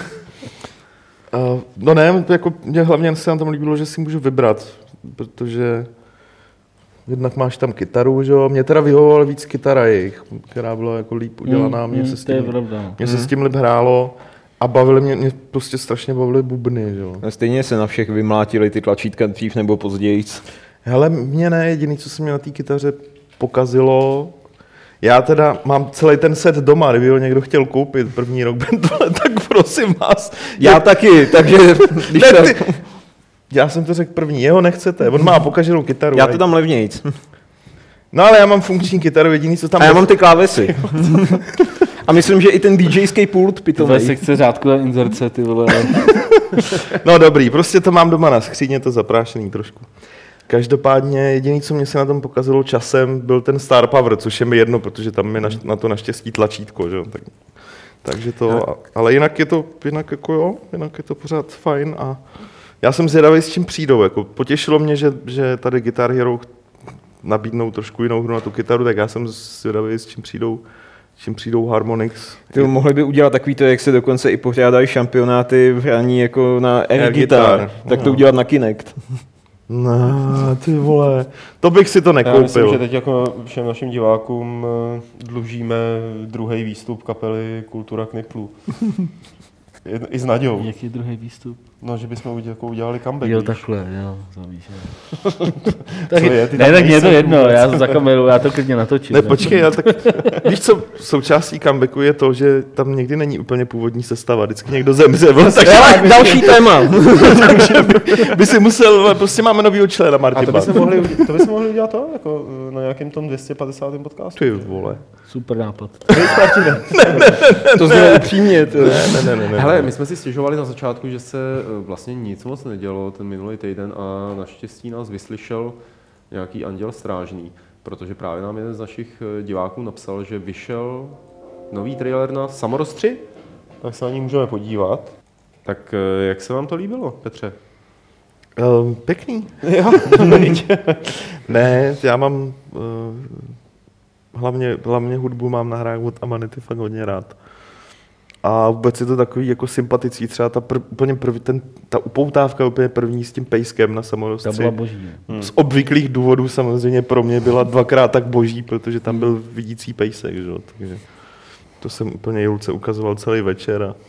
Speaker 4: Uh, no ne, jako mě hlavně se nám tam líbilo, že si můžu vybrat, protože jednak máš tam kytaru, že jo, mě teda vyhovovala víc kytara jejich, která byla jako líp udělaná,
Speaker 1: Mm,
Speaker 4: mě
Speaker 1: mm,
Speaker 4: se s
Speaker 1: to je
Speaker 4: tím,
Speaker 1: pravda, no.
Speaker 4: mě se s tím líp hrálo a bavili mě, mě prostě strašně bavily bubny, že jo.
Speaker 2: A stejně se na všech vymlátili ty tlačítka dřív nebo později.
Speaker 4: Hele, mě ne, jediný, co se mě na té kytaře pokazilo, já teda mám celý ten set doma, kdyby ho někdo chtěl koupit první rok band, tak prosím vás.
Speaker 2: Já taky, takže... Když
Speaker 4: Ne,
Speaker 2: to,
Speaker 4: ty, já jsem to řekl první, jeho nechcete, on má pokaženou kytaru.
Speaker 2: já
Speaker 4: a-
Speaker 2: to dám levnějc.
Speaker 4: No ale já mám funkční kytaru, jediný, co tam...
Speaker 2: A já mám ty klávesy. A myslím, že i ten DJský pult
Speaker 1: Tohle
Speaker 2: pitomej.
Speaker 1: sekce řádkové inzerce, ty vole.
Speaker 4: No dobrý, prostě to mám doma na skříně, to zaprášený trošku. Každopádně jediný, co mě se na tom pokazilo časem, byl ten Star Power, což je mi jedno, protože tam je naš, na to naštěstí tlačítko, že jo. Tak, takže to, a- ale jinak je to, jinak jako jo, jinak je to pořád fajn a já jsem zvědavý, s čím přijdou, jako potěšilo mě, že, že tady Guitar Hero nabídnou trošku jinou hru na tu kytaru, tak já jsem zvědavý, s čím přijdou, s čím přijdou Harmonix.
Speaker 2: Ty mohli by udělat takový to, jak se dokonce i pořádají šampionáty v hraní jako na air
Speaker 4: Air
Speaker 2: guitar.
Speaker 4: guitar.
Speaker 2: Tak to
Speaker 4: No.
Speaker 2: udělat na Kinect.
Speaker 4: No, ty vole, to bych si to
Speaker 3: Já myslím,
Speaker 4: nekoupil.
Speaker 3: že teď jako všem našim divákům eh, dlužíme druhý výstup kapely Kultura Kniplu. I- I s Naďou.
Speaker 1: Jaký druhý výstup?
Speaker 3: No, že bychom udělali, jako udělali comeback.
Speaker 1: Jo,
Speaker 3: víš.
Speaker 1: takhle, jo, to víš, jo.
Speaker 3: Co je, ty
Speaker 1: ne,
Speaker 3: tam
Speaker 1: tak mě je to
Speaker 3: nejsou
Speaker 1: jedno,
Speaker 3: vůbec.
Speaker 1: já za kameru, já to klidně natočím.
Speaker 4: Ne, počkej, já tak, víš co, součástí comebacku je to, že tam někdy není úplně původní sestava, vždycky někdo zemře, vole, takže,
Speaker 2: Hele, další téma.
Speaker 4: takže by, by si musel, vole, prostě máme novýho člena,
Speaker 3: A
Speaker 4: Martin
Speaker 3: to
Speaker 4: Bach.
Speaker 3: bychom mohli, udělat- to bychom mohli udělat to, jako eh, na nějakém tom dvě stě padesátém podcastu.
Speaker 4: Ty vole.
Speaker 1: Super nápad.
Speaker 2: To zní upřímně. To.
Speaker 4: Ne, ne, ne, ne, ne.
Speaker 3: Hele, my jsme si stěžovali na začátku, že se eh, vlastně nic moc nedělo ten minulý týden a naštěstí nás vyslyšel nějaký anděl strážný, protože právě nám jeden z našich eh, diváků napsal, že vyšel nový trailer na Samorost tři, tak se na ní můžeme podívat. Tak eh, jak se vám to líbilo, Petře?
Speaker 4: Um, pěkný.
Speaker 3: Jo,
Speaker 4: Ne, já mám, uh, hlavně, hlavně hudbu mám nahrát od Amanity fakt hodně rád. A vůbec je to takový jako sympatický, třeba ta prv, úplně první, ten, ta upoutávka úplně první s tím pejskem na
Speaker 1: Ta
Speaker 4: Samorost
Speaker 1: byla
Speaker 4: tři.
Speaker 1: boží. jo.
Speaker 4: Z obvyklých důvodů samozřejmě pro mě byla dvakrát tak boží, protože tam byl vidící pejsek, že? jo, takže to jsem úplně Julce ukazoval celý večer. A...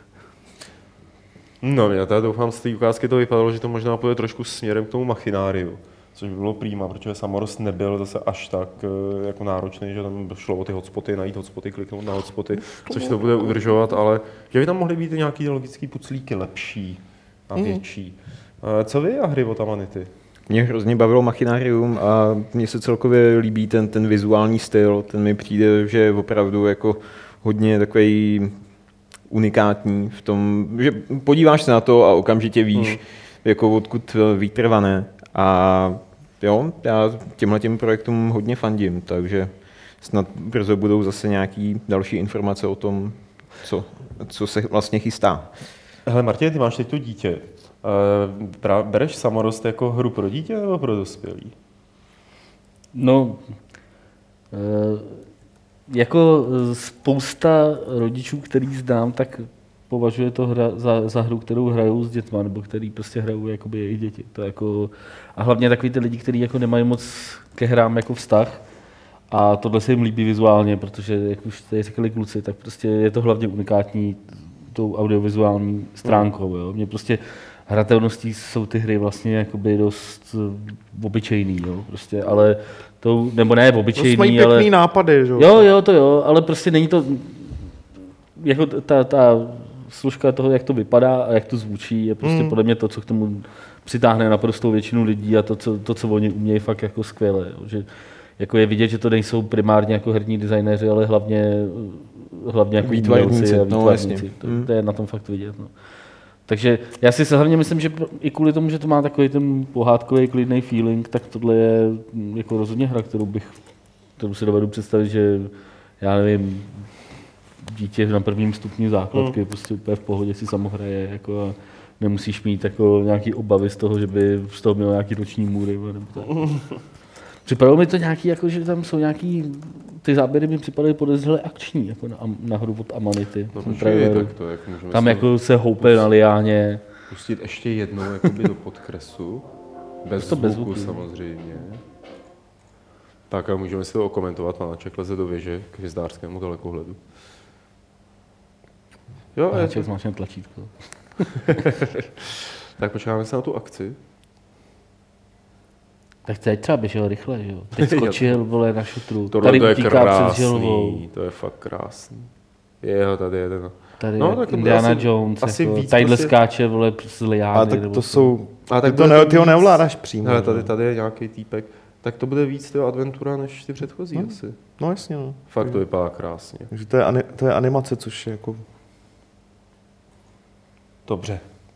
Speaker 3: No, já teda doufám, z té ukázky to vypadalo, že to možná půjde trošku směrem k tomu machináriu, což by bylo prýma, protože Samorost nebyl zase až tak eh, jako náročný, že tam šlo o ty hotspoty, najít hotspoty, kliknout na hotspoty, což to bude udržovat, ale že by tam mohly být i nějaký logický puclíky lepší a větší. Eh, Co vy a hry od Amanity?
Speaker 2: Mě hrozně bavilo Machinarium a mně se celkově líbí ten, ten vizuální styl, ten mi přijde, že je opravdu jako hodně takový unikátní v tom, že podíváš se na to a okamžitě víš, hmm. jako odkud výtrvané. A jo, já těmhle těm projektům hodně fandím, takže snad brzo budou zase nějaký další informace o tom, co, co se vlastně chystá.
Speaker 3: Hele Martin, ty máš teď to dítě. Uh, bereš Samorost jako hru pro dítě nebo pro dospělý?
Speaker 1: No, jako spousta rodičů, který znám, tak považuje to hra za, za hru, kterou hrajou s dětma, nebo který prostě hrajou jakoby jejich děti. To jako, a hlavně takový ty lidi, kteří jako nemají moc ke hrám jako vztah. A tohle se jim líbí vizuálně, protože, jak už tady řekli kluci, tak prostě je to hlavně unikátní tou audiovizuální stránkou. Jo. Mně prostě hratelností jsou ty hry vlastně jakoby dost obyčejný, jo, prostě, ale to, nebo ne obyčejný,
Speaker 4: to mají pěkný
Speaker 1: ale...
Speaker 4: nápady, že jo?
Speaker 1: Jo, jo, to jo, ale prostě není to, jako ta, ta služka toho, jak to vypadá a jak to zvučí, je prostě hmm. podle mě to, co k tomu přitáhne naprostou většinu lidí a to, co, to, co oni umějí fakt jako skvěle, jo, že jako je vidět, že to nejsou primárně jako herní designéři, ale hlavně, hlavně jako výtvarníci a výtvarníci. No, to, hmm. to je na tom fakt vidět. No. Takže já si hlavně myslím, že i kvůli tomu, že to má takový ten pohádkový klidný feeling, tak tohle je jako rozhodně hra, kterou bych, kterou si dovedu představit, že já nevím, dítě na prvním stupni základky hmm. prostě úplně v pohodě si samohraje, jako a nemusíš mít jako nějaký obavy z toho, že by z toho měl nějaký noční můry. Nebo tak. Připadalo mi to nějaký, jako, že tam jsou nějaký, ty záběry mi připadaly podezřele akční, jako na, na hru od Amanity.
Speaker 3: No, počkej, tak to, jak
Speaker 1: tam jako se houpe na liáně.
Speaker 3: Pustit ještě jednou jakoby do podkresu, bez
Speaker 1: to
Speaker 3: zvuku
Speaker 1: bez zvuku
Speaker 3: samozřejmě. Tak a můžeme si to okomentovat, Máček leze do věže k hvězdářskému dalekohledu. Jo,
Speaker 1: Máček zmáčkne tlačítko.
Speaker 3: Tak počkáme se na tu akci.
Speaker 1: Tak teď třeba běžel rychle, že jo. Teď skočil, vole, na šutru.
Speaker 3: Tohle tady to je krásný, to je fakt krásný. Jeho, tady je ten.
Speaker 1: Tady no, tak Indiana asi, Jones, asi jako, tadyhle prostě... skáče, vole, z liány.
Speaker 4: A tak to
Speaker 1: nebo
Speaker 4: jsou,
Speaker 3: a tak
Speaker 4: to, ne, ty ho neovládáš přímo.
Speaker 3: Hele, tady, tady je nějaký týpek. Tak to bude víc tyho adventura, než ty předchozí
Speaker 4: no,
Speaker 3: asi.
Speaker 4: No jasně, no.
Speaker 3: Fakt to vypadá krásně.
Speaker 4: Takže to je, ani, to je animace, což je jako...
Speaker 3: Dobře.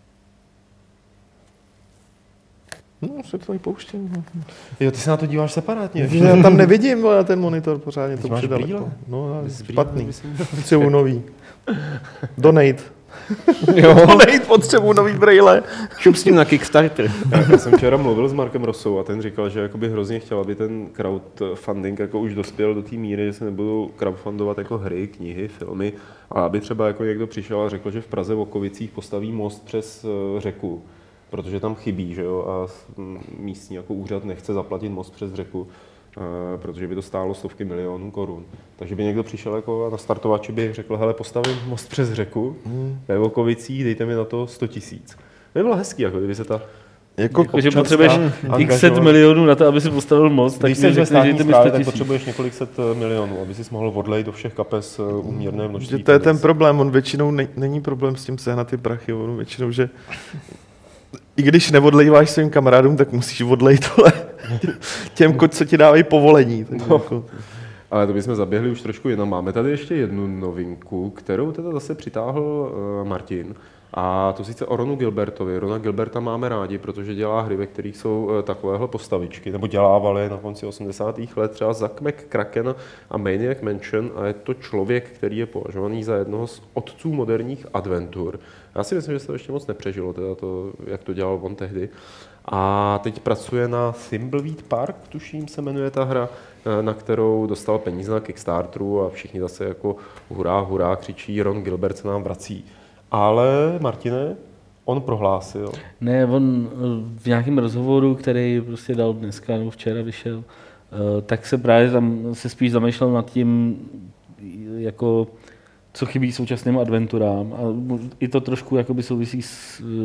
Speaker 4: No, se to pouštím.
Speaker 3: Jo, ty se na to díváš separátně.
Speaker 4: Já tam nevidím, ale ten monitor pořádně to přidal. No,
Speaker 3: brýle,
Speaker 4: špatný. Potřebuji nový. Donate. Jo. Donate, potřebuji nový brýle.
Speaker 2: Šup s tím na Kickstarter.
Speaker 3: Já jsem včera mluvil s Markem Rossou a ten říkal, že jakoby hrozně chtěl, aby ten crowdfunding jako už dospěl do té míry, že se nebudou crowdfundovat jako hry, knihy, filmy, a aby třeba jako někdo přišel a řekl, že v Praze v Okovicích postaví most přes řeku, protože tam chybí, že jo, a místní jako úřad nechce zaplatit most přes řeku, protože by to stálo stovky milionů korun. Takže by někdo přišel jako na startovači by řekl, hele, postavím most přes řeku hmm. ve Vokovicích, dejte mi na to sto tisíc. To by bylo hezký, jako kdyby se ta...
Speaker 1: Jako, jako že potřebuješ x set milionů na to, aby si postavil most, tak
Speaker 3: když
Speaker 1: mi řekne, že mi sto tisíc.
Speaker 3: Potřebuješ několik set milionů, aby si mohl odlejt do všech kapes úměrné množství.
Speaker 4: Že to je ten problém, on většinou ne, není problém s tím sehnat ty prachy, on většinou, že i když neodlejváš svým kamarádům, tak musíš odlejt tohle těm, co ti dávají povolení. Tak no. Jako...
Speaker 3: Ale to bychom zaběhli už trošku jinam. Máme tady ještě jednu novinku, kterou teda zase přitáhl uh, Martin. A to sice o Ronu Gilbertovi. Rona Gilberta máme rádi, protože dělá hry, ve kterých jsou uh, takovéhle postavičky, nebo dělávali na konci osmdesátých let třeba Zack McCracken a Maniac Mansion, a je to člověk, který je považovaný za jednoho z otců moderních adventur. Já si myslím, že se to ještě moc nepřežilo, teda to, jak to dělal on tehdy. A teď pracuje na Thimbleweed Park, tuším se jmenuje ta hra, na kterou dostal peníze na Kickstarteru a všichni zase jako hurá, hurá křičí, Ron Gilbert se nám vrací. Ale Martine, on prohlásil.
Speaker 1: Ne, on v nějakém rozhovoru, který prostě dal dneska nebo včera vyšel, tak se právě tam se spíš zamýšlel nad tím, jako co chybí současným adventurám. A i to trošku jakoby souvisí s,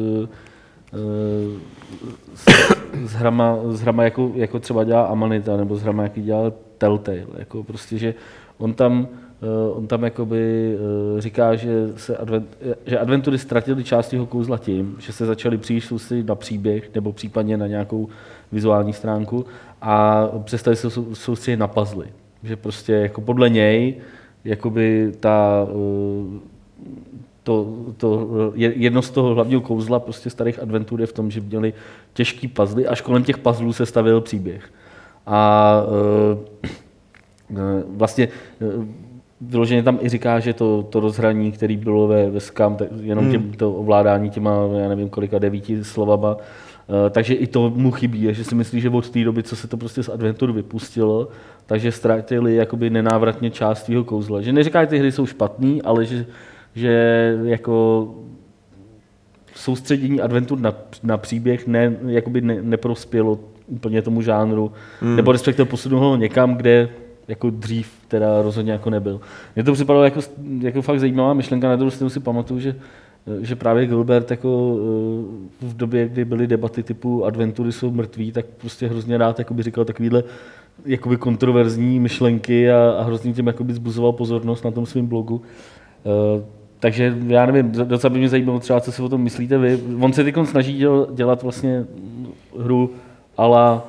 Speaker 1: s, s hrama, s hrama jako, jako třeba dělá Amanita, nebo s hrama, jaký dělá Telltale. Jako prostě, že on tam, on tam jakoby říká, že, se advent, že adventury ztratily část jeho kouzla tím, že se začaly příliš soustředit na příběh nebo případně na nějakou vizuální stránku a přestali se soustředit na puzzle. Že prostě jako podle něj jakoby ta, to, to, jedno z toho hlavního kouzla prostě starých adventur je v tom, že měli těžký puzzle, až kolem těch puzzlů se stavil příběh. A vlastně vyloženě tam i říká, že to, to rozhraní, který bylo ve, ve Scum, tak jenom hmm. tě, to ovládání těma, já nevím kolika, devíti slovama, takže i to mu chybí, že si myslí, že od té doby, co se to prostě z Adventure vypustilo, takže ztratili jakoby nenávratně část svého kouzla. Že neříká, že ty hry jsou špatný, ale že, že jako soustředění Adventure na, na příběh ne, jakoby ne, neprospělo úplně tomu žánru, hmm. nebo respektive posunulo někam, kde jako dřív teda rozhodně jako nebyl. Mně to připadalo jako, jako fakt zajímavá myšlenka, na druhou stranu si pamatuju, že že právě Gilbert jako v době, kdy byly debaty typu Adventury jsou mrtví, tak prostě hrozně rád jakoby říkal takovýhle jakoby kontroverzní myšlenky a, a hrozně tím jakoby zbuzoval pozornost na tom svém blogu. Uh, takže já nevím, docela by mě zajímalo třeba, co si o tom myslíte vy. On se teď snaží děl, dělat vlastně hru a la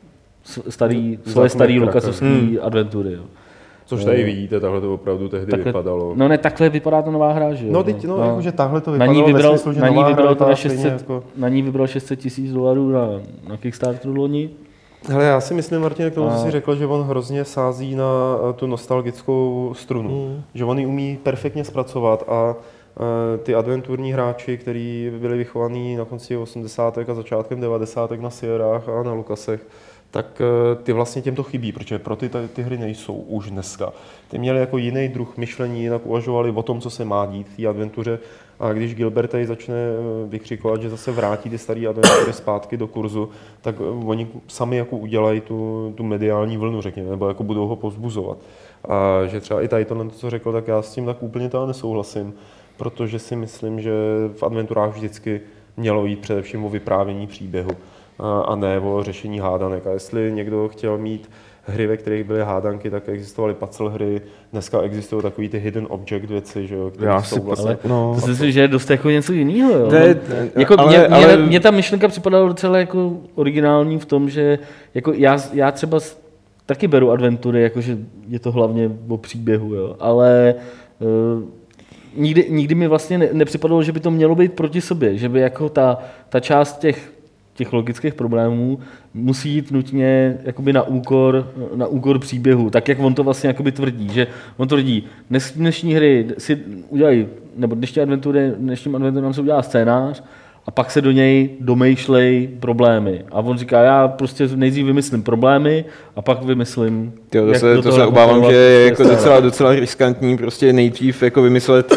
Speaker 1: starý, svoje starý Lucasovský hmm. adventury. Jo.
Speaker 3: Což tady vidíte, takhle to opravdu tehdy takhle, vypadalo.
Speaker 1: No ne, takhle vypadá to nová hra, že jo?
Speaker 3: No teď, no, no. Jakože takhle to vypadalo
Speaker 1: na ní vybral,
Speaker 3: ve smyslu, že
Speaker 1: na ní
Speaker 3: nová
Speaker 1: vybral
Speaker 3: hra
Speaker 1: teda šest set,
Speaker 3: jako...
Speaker 1: na ní vybral šest set tisíc dolarů na, na Kickstarteru loni.
Speaker 3: Hele, já si myslím, Martin, k tomu, co jsi řekl, že on hrozně sází na tu nostalgickou strunu. Mm. Že on ji umí perfektně zpracovat a uh, ty adventurní hráči, kteří byli vychovaní na konci osmdesátých a začátkem devadesátých na Sierrách a na Lucasech, tak ty vlastně těm to chybí, protože pro ty, ty, ty hry nejsou už dneska. Ty měli jako jiný druh myšlení, jinak uvažovali o tom, co se má dít v té adventuře. A když Gilbert tady začne vykřikovat, že zase vrátí ty staré adventury zpátky do kurzu, tak oni sami jako udělají tu, tu mediální vlnu, řekněme, nebo jako budou ho povzbuzovat. A že třeba i tady tohle, co řekl, tak já s tím tak úplně teda nesouhlasím, protože si myslím, že v adventurách vždycky mělo jít především o vyprávění příběhu a ne o řešení hádanek. A jestli někdo chtěl mít hry, ve kterých byly hádanky, tak existovaly puzzle hry. Dneska existují takový ty hidden object věci, že jo, které
Speaker 1: Já
Speaker 3: jsou
Speaker 1: si
Speaker 3: vlastně...
Speaker 1: Ale, no, to si myslím, že je dost jako něco jiného, jo.
Speaker 2: Je,
Speaker 1: no, jako
Speaker 2: ale,
Speaker 1: mě,
Speaker 2: ale...
Speaker 1: Mě, mě ta myšlenka připadala docela jako originální v tom, že jako já, já třeba taky beru adventury, jakože je to hlavně o příběhu, jo, ale uh, nikdy, nikdy mi vlastně ne, nepřipadalo, že by to mělo být proti sobě, že by jako ta, ta část těch těch logických problémů musí jít nutně jakoby na úkor, na úkor příběhu, tak jak on to vlastně jakoby tvrdí, že on tvrdí, dnes, dnešní hry si udělají, nebo dnešní adventury, dnešním adventurám se udělá scénář a pak se do něj domýšlej problémy. A on říká, já prostě nejdřív vymyslím problémy a pak vymyslím,
Speaker 2: Tyjo, to
Speaker 1: jak
Speaker 2: se,
Speaker 1: do
Speaker 2: to
Speaker 1: toho
Speaker 2: se obávám, že je jako
Speaker 1: scénář.
Speaker 2: docela, docela riskantní prostě nejdřív jako vymyslet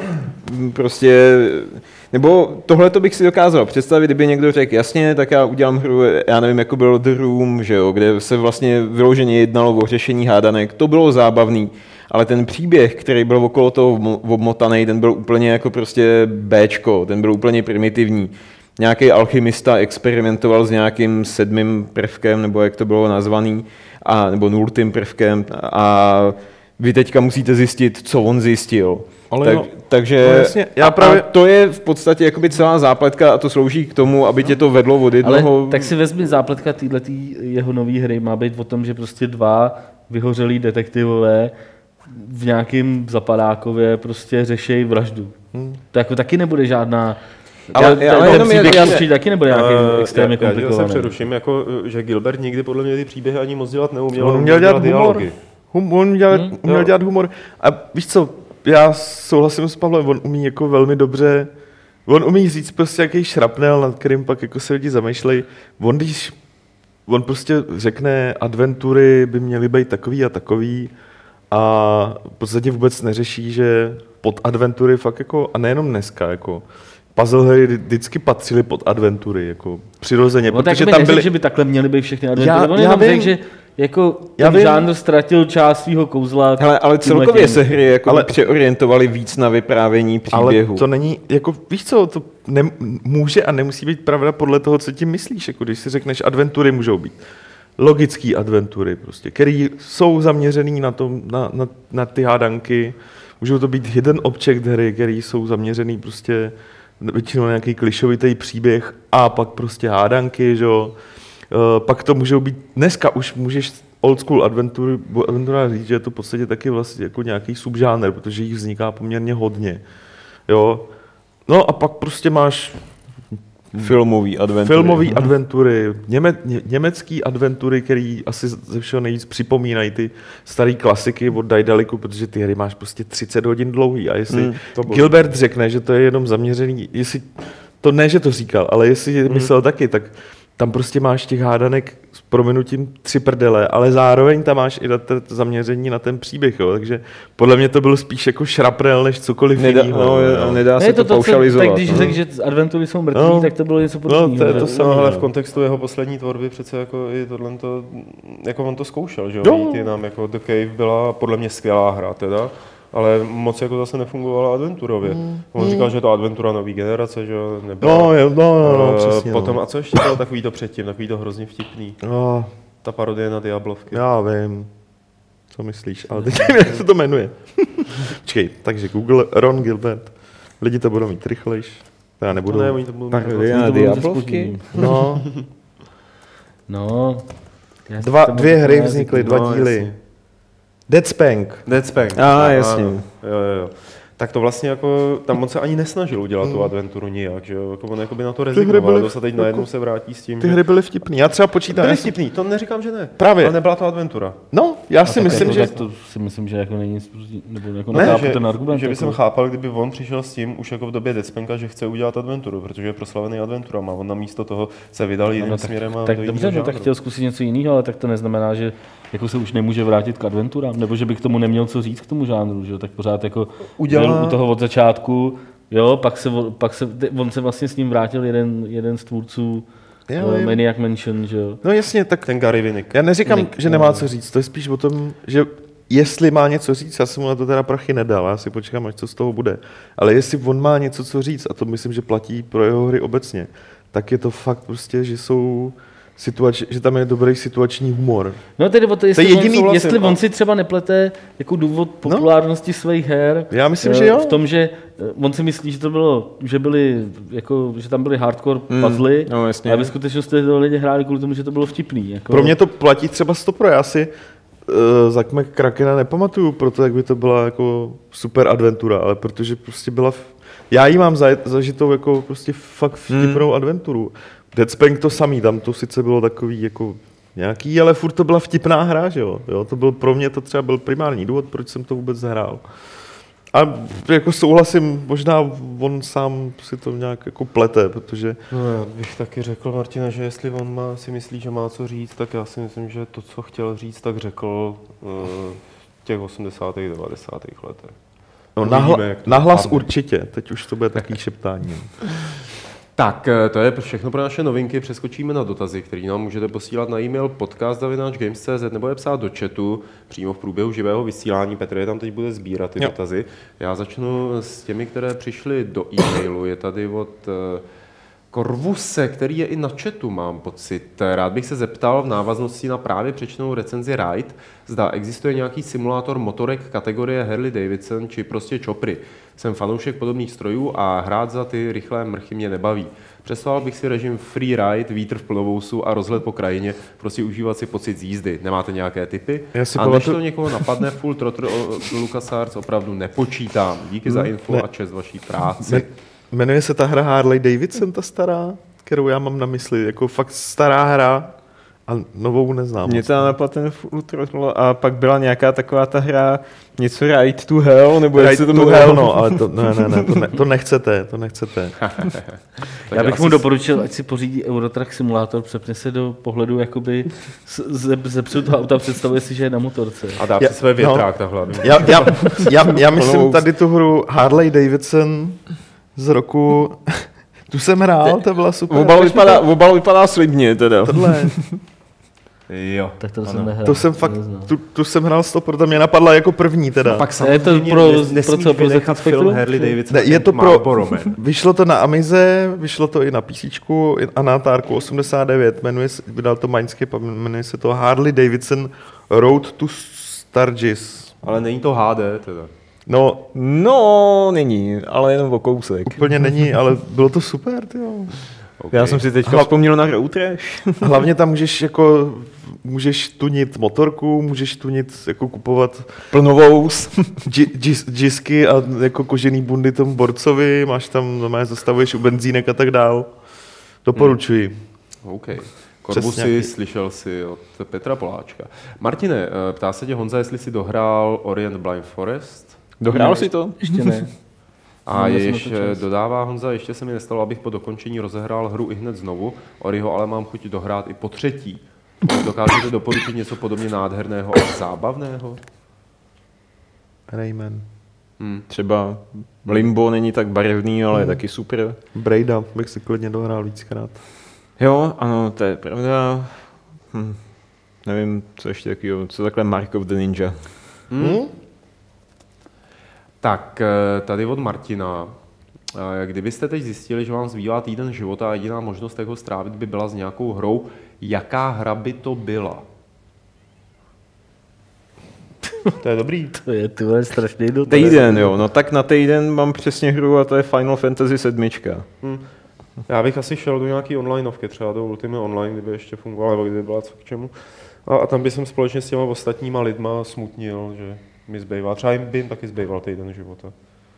Speaker 2: prostě, nebo tohle to bych si dokázal představit, kdyby někdo řekl, jasně, tak já udělám hru, já nevím, jako bylo The Room, že jo, kde se vlastně vyloženě jednalo o řešení hádanek, to bylo zábavný, ale ten příběh, který byl okolo toho obmotaný, ten byl úplně jako prostě béčko, ten byl úplně primitivní. Nějaký alchymista experimentoval s nějakým sedmým prvkem, nebo jak to bylo nazvaný, a, nebo nultým prvkem a vy teďka musíte zjistit, co on zjistil.
Speaker 4: Ale
Speaker 2: tak,
Speaker 4: no,
Speaker 2: takže
Speaker 4: no jasně, já
Speaker 2: a,
Speaker 4: právě...
Speaker 2: a to je v podstatě jakoby celá zápletka a to slouží k tomu, aby tě to vedlo od jednoho...
Speaker 1: Ale tak si vezmi zápletka této jeho nové hry, má být o tom, že prostě dva vyhořelí detektivové v nějakém zapadákově prostě řešejí vraždu. Hmm. To jako taky nebude žádná...
Speaker 2: Ale,
Speaker 1: já,
Speaker 2: ale
Speaker 1: ten
Speaker 2: jenom
Speaker 1: příběh
Speaker 2: já,
Speaker 1: určitě taky nebude nějaký uh, extrémně
Speaker 3: já,
Speaker 1: komplikovaný.
Speaker 3: Já se přeruším, jako, že Gilbert nikdy podle mě ty příběhy ani moc dělat neuměl.
Speaker 4: On měl dělat humor. Hum, on měl, hmm? měl dělat humor. A víš co, já souhlasím s Pavlem, on umí jako velmi dobře, on umí říct prostě jaký šrapnel, nad kterým pak jako se lidi zamýšlejí. On když, on prostě řekne, adventury by měly být takový a takový a v podstatě vůbec neřeší, že pod adventury fakt jako, a nejenom dneska, jako puzzle hry vždycky patřily pod adventury, jako přirozeně,
Speaker 1: no,
Speaker 4: protože
Speaker 1: tak
Speaker 4: tam
Speaker 1: neřek,
Speaker 4: byly...
Speaker 1: že by takhle měly být všechny adventury,
Speaker 4: Já,
Speaker 1: on
Speaker 4: já
Speaker 1: jenom
Speaker 4: vím.
Speaker 1: řekl, že jako
Speaker 4: Já
Speaker 1: ten
Speaker 4: vím.
Speaker 1: žánr ztratil část svého kouzla.
Speaker 2: Hele, ale celkově se hry jako
Speaker 4: ale,
Speaker 2: přeorientovaly víc na vyprávění příběhu.
Speaker 4: Ale to není, jako víš co, to ne, může a nemusí být pravda podle toho, co tím myslíš, jako když si řekneš, adventury můžou být logický adventury, prostě, které jsou zaměřený na, tom, na, na, na ty hádanky, můžou to být hidden object hry, které jsou zaměřený prostě většinou na nějaký klišovitý příběh a pak prostě hádanky, že jo. Uh, pak to můžou být, dneska už můžeš old school adventure, adventura říct, že je to v podstatě taky vlastně jako nějaký subžánr, protože jich vzniká poměrně hodně. Jo. No a pak prostě máš
Speaker 2: Filmový adventury.
Speaker 4: Filmový adventury, něme, ně, německý adventury, který asi ze všeho nejvíc připomínají ty staré klasiky od Daedalicu, protože ty hry máš prostě třicet hodin dlouhý a jestli
Speaker 2: Hmm,
Speaker 4: to Gilbert řekne, že to je jenom zaměřený, jestli to ne, že to říkal, ale jestli hmm. myslel taky, tak tam prostě máš těch hádanek s prominutím tři prdele, ale zároveň tam máš i na to zaměření na ten příběh, jo. Takže podle mě to bylo spíš jako šraprel, než cokoliv
Speaker 2: Nedá,
Speaker 4: jiného.
Speaker 2: no,
Speaker 4: No,
Speaker 2: nedá se
Speaker 1: Ne,
Speaker 2: to,
Speaker 1: to, to
Speaker 2: paušalizovat.
Speaker 1: tak když
Speaker 2: no.
Speaker 1: řekl, že adventury jsou mrtví,
Speaker 4: No.
Speaker 1: tak to bylo něco
Speaker 4: No,
Speaker 1: podobného.
Speaker 4: to je
Speaker 1: že?
Speaker 4: to samé.
Speaker 3: No, ale
Speaker 4: no.
Speaker 3: v kontextu jeho poslední tvorby přece jako i tohle to, jako on to zkoušel, že jo,
Speaker 4: Jo.
Speaker 3: jít nám jako The Cave byla podle mě skvělá hra teda, ale moc jako zase nefungovala adventurově. Mm. On říkal, že je to adventura nový generace, že jo, nebyla.
Speaker 4: No, jo, no, no, no,
Speaker 3: Eh,
Speaker 4: přesně.
Speaker 3: Potom,
Speaker 4: no.
Speaker 3: a co ještě bylo takový to předtím, takový to hrozně vtipný,
Speaker 4: No,
Speaker 3: ta parodie na Diablovky.
Speaker 4: já vím, co myslíš, ale teď nevím, jak se to jmenuje. Počkej, takže Google, Ron Gilbert, lidi to budou mít rychlejš, já nebudu.
Speaker 3: To ne, oni to budou mít
Speaker 2: Parodie
Speaker 3: moc.
Speaker 2: na
Speaker 1: To bylo
Speaker 2: Diablovky?
Speaker 1: zpoždění.
Speaker 4: No,
Speaker 1: No. Já si
Speaker 4: dva,
Speaker 1: to
Speaker 4: dvě
Speaker 1: moc
Speaker 4: hry
Speaker 1: nejazyk-
Speaker 4: vznikly,
Speaker 3: no,
Speaker 4: dva díly.
Speaker 3: jasně.
Speaker 4: Dead Spank.
Speaker 3: Dead Spank.
Speaker 2: A,
Speaker 3: Ano,
Speaker 2: jasně.
Speaker 3: ano. Jo, jo, jo. Tak to vlastně jako, tam on se ani nesnažil udělat tu adventuru nijak, že jo, jako on jakoby na to
Speaker 4: hry
Speaker 3: rezignoval,
Speaker 4: byly
Speaker 3: to se teď
Speaker 4: jako-
Speaker 3: najednou se vrátí s tím,
Speaker 4: Ty
Speaker 3: že...
Speaker 4: hry byly vtipný, já třeba počítám.
Speaker 3: Byly
Speaker 4: já si-
Speaker 3: vtipný, to neříkám, že ne.
Speaker 4: Právě.
Speaker 3: Ale nebyla to adventura.
Speaker 4: No, já si
Speaker 1: Tak
Speaker 4: myslím,
Speaker 1: jako,
Speaker 4: že...
Speaker 1: tak to si myslím, že jako není, nebo jako
Speaker 3: Ne,
Speaker 1: nechápu
Speaker 3: že,
Speaker 1: ten argument.
Speaker 3: že by jsem
Speaker 1: jako.
Speaker 3: chápal, kdyby on přišel s tím už jako v době Dead Spanka, že chce udělat adventuru, protože je proslavený adventurama. On namísto toho se vydal jiným
Speaker 1: No, tak,
Speaker 3: směrem a
Speaker 1: tak
Speaker 3: do
Speaker 1: dobře,
Speaker 3: jiného
Speaker 1: no, tak
Speaker 3: žánru.
Speaker 1: chtěl zkusit něco jiného, ale tak to neznamená, že jako se už nemůže vrátit k adventurám, nebo že by k tomu neměl co říct k tomu žánru, že jo, tak pořád jako
Speaker 3: Udělá-
Speaker 1: byl u toho od začátku, jo, pak se, pak se, on se vlastně s ním vrátil jeden, jeden z tvůrců
Speaker 4: Já
Speaker 1: uh,
Speaker 4: vím.
Speaker 1: Maniac Mansion, že jo.
Speaker 4: No jasně, tak
Speaker 3: Ten Gary Winnick.
Speaker 4: já neříkám,
Speaker 1: Nick,
Speaker 4: že
Speaker 1: no.
Speaker 4: nemá co říct, to je spíš o tom, že jestli má něco říct, já jsem mu na to teda prachy nedal, já si počkám, až co z toho bude. Ale jestli on má něco co říct, a to myslím, že platí pro jeho hry obecně, tak je to fakt prostě, že jsou situač, že tam je dobrý situační humor.
Speaker 1: No tedy o to, jestli,
Speaker 4: To je jediný-
Speaker 1: on, jestli
Speaker 3: souhlasím,
Speaker 1: on
Speaker 3: a-
Speaker 1: si třeba neplete jako důvod populárnosti svých her.
Speaker 4: Já myslím,
Speaker 1: eh,
Speaker 4: že jo.
Speaker 1: V tom, že eh, on si myslí, že to bylo, že byly, jako, že tam byly hardcore
Speaker 2: Hmm,
Speaker 1: puzzly,
Speaker 2: no, jasně.
Speaker 1: a ve skutečnosti to lidi hráli kvůli tomu, že to bylo vtipný. Jako,
Speaker 4: Pro mě to platí třeba sto pro, já si uh, Zack McCrackena nepamatuju, proto jak by to byla jako super adventura, ale protože prostě byla, v... já ji mám zajet, zažitou jako prostě fakt vtipnou hmm. adventuru. Dead Spank to samý, tam to sice bylo takový jako nějaký, ale furt to byla vtipná hra, že jo? jo? To byl pro mě to třeba byl primární důvod, proč jsem to vůbec hrál. A jako souhlasím, možná on sám si to nějak jako plete, protože
Speaker 3: No já bych taky řekl, Martina, že jestli on má, si myslí, že má co říct, tak já si myslím, že to, co chtěl říct, tak řekl uh, v těch osmdesátých devadesátých letech.
Speaker 4: no,
Speaker 3: Uvidíme,
Speaker 4: nahla,
Speaker 3: jak to
Speaker 4: nahlas
Speaker 3: dopadne.
Speaker 4: určitě, teď už to bude takový šeptání.
Speaker 3: Tak, eh, to je všechno pro naše novinky. Přeskočíme na dotazy, které nám můžete posílat na e-mail podcast zavináč games tečka cz nebo je psát do chatu přímo v průběhu živého vysílání. Petr je tam teď bude sbírat ty
Speaker 4: Jo.
Speaker 3: dotazy. Já začnu s těmi, které přišly do e-mailu. Je tady od eh, Korvuse, který je i na chatu, mám pocit. Rád bych se zeptal v návaznosti na právě přečtenou recenzi Ride, zda existuje nějaký simulátor motorek kategorie Harley Davidson či prostě čopry. Jsem fanoušek podobných strojů a hrát za ty rychlé mrchy mě nebaví. Představoval bych si režim free ride, vítr v plovousu a rozhled po krajině, prostě užívat si pocit z jízdy. Nemáte nějaké tipy?
Speaker 4: Já si
Speaker 3: A než
Speaker 4: pamatuju-
Speaker 3: to někoho napadne, full throttle od LucasArts opravdu nepočítám. Díky za info
Speaker 4: ne.
Speaker 3: a čest vaší práci.
Speaker 4: Men, jmenuje se ta hra Harley Davidson, ta stará, kterou já mám na mysli, jako fakt stará hra a novou neznám.
Speaker 2: Mě to napadl ten Full Throttle a pak byla nějaká taková ta hra, něco Ride to Hell, nebo jak
Speaker 4: Right
Speaker 2: se to
Speaker 4: to
Speaker 2: jmenuje?
Speaker 4: hell, no, ale to, ne, ne, ne, to, ne, to nechcete, to nechcete.
Speaker 1: Já bych
Speaker 3: asi
Speaker 1: mu
Speaker 3: s-
Speaker 1: doporučil, ať si pořídí Eurotrack simulátor, přepne se do pohledu jakoby z- ze, ze předu toho auta, představuje si, že je na motorce.
Speaker 3: A dá
Speaker 4: Já-
Speaker 3: si své větrák no. takhle.
Speaker 4: Já, já, já, já myslím tady tu hru Harley Davidson z roku, tu jsem hrál, to byla super.
Speaker 2: Obal
Speaker 4: Proč mi
Speaker 2: vypadá,
Speaker 4: to-
Speaker 2: obal vypadá slibně teda.
Speaker 4: Tohle,
Speaker 3: Jo.
Speaker 1: Tak to
Speaker 3: Ano.
Speaker 1: jsem nehrál.
Speaker 4: to jsem fakt,
Speaker 1: neznám.
Speaker 4: tu, tu jsem hrál sto, protože mě napadla jako první teda.
Speaker 3: Pak
Speaker 1: Je to
Speaker 3: samozřejmě
Speaker 1: pro-
Speaker 3: nes-
Speaker 1: pro
Speaker 3: nesmíš
Speaker 1: co, pro
Speaker 3: vynechat
Speaker 1: Zet
Speaker 3: film
Speaker 1: Spectrum?
Speaker 3: Harley Davidson.
Speaker 4: Ne, je to
Speaker 3: and
Speaker 4: pro,
Speaker 3: Marlboro Man.
Speaker 4: vyšlo to na Amize, vyšlo to i na PCčku a na Atárku osmdesát devět, jmenuje se, vydal to Mindscape a jmenuje se to Harley Davidson Road to Sturgis.
Speaker 3: Ale není to H D teda.
Speaker 4: No,
Speaker 2: No, není, ale jenom o kousek.
Speaker 4: úplně není, ale bylo to super, tyjo.
Speaker 3: Okay.
Speaker 2: Já jsem si teďka
Speaker 4: Hla-
Speaker 2: vzpomněl na Road Rash.
Speaker 4: Hlavně tam můžeš jako, můžeš tunit motorku, můžeš tunit, jako kupovat
Speaker 2: Plnovous.
Speaker 4: dži- džis- džisky a jako kožený bundy tomu borcovi, máš tam, normálně zastavuješ u benzínek a tak dál. Doporučuji.
Speaker 3: OK. Korbusy
Speaker 4: Přesně.
Speaker 3: slyšel si od Petra Poláčka. Martine, ptá se tě Honza, jestli jsi dohrál Orient Blind Forest?
Speaker 2: Dohrál
Speaker 1: Ne,
Speaker 2: si to?
Speaker 1: Ještě ne.
Speaker 3: A
Speaker 1: Měl
Speaker 3: je
Speaker 1: jsem na to
Speaker 3: ještě,
Speaker 1: čas.
Speaker 3: dodává Honza, ještě se mi nestalo, abych po dokončení rozehrál hru i hned znovu. Oriho ale mám chuť dohrát i po třetí. Dokážete doporučit něco podobně nádherného a zábavného?
Speaker 4: Rayman.
Speaker 3: Hmm.
Speaker 2: Třeba Limbo není tak barevný, ale je taky super.
Speaker 4: Brejda bych si klidně dohrál víckrát.
Speaker 2: Jo, ano, to je pravda. Hm. Nevím, co ještě takového, co takhle Mark of the Ninja.
Speaker 4: Hmm?
Speaker 3: Tak, tady od Martina. Kdybyste teď zjistili, že vám zbývá týden života a jediná možnost, jak ho strávit, by byla s nějakou hrou, jaká hra by to byla?
Speaker 4: To je dobrý.
Speaker 1: To je, ty vole, strašný dotaz.
Speaker 2: Týden, jo, no tak na týden mám přesně hru a to je Final Fantasy sedm.
Speaker 3: Hmm. Já bych asi šel do nějaký onlineovky, třeba do Ultimate Online, kdyby ještě fungovala, nebo kdyby byla co k čemu. A, a tam bych jsem společně s těma ostatníma lidma smutnil, že mi zbývá. Třeba jim by jim taky zbýval týden života.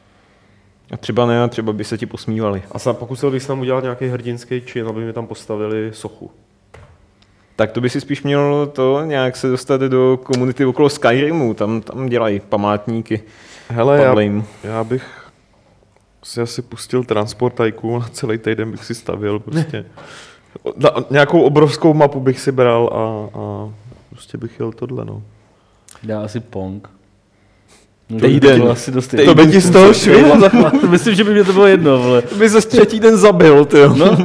Speaker 2: A třeba ne, a třeba by se ti posmívali.
Speaker 3: A sám pokusil bych se tam udělat nějaký hrdinský čin, aby mi tam postavili sochu.
Speaker 2: Tak to by si spíš měl to nějak se dostat do komunity okolo Skyrimu, tam, tam dělají památníky.
Speaker 4: Hele, já,
Speaker 2: padlým.
Speaker 4: já bych si asi pustil Transport Tycoon a celý týden bych si stavil prostě. Na, nějakou obrovskou mapu bych si bral a, a prostě bych jel tohle, no.
Speaker 1: Já asi Pong. No,
Speaker 2: Týden.
Speaker 1: To, asi dost
Speaker 4: To by ti z toho švihlo za
Speaker 1: Myslím, že by mě to bylo jedno, vole.
Speaker 2: By se třetí den zabil, ty. No.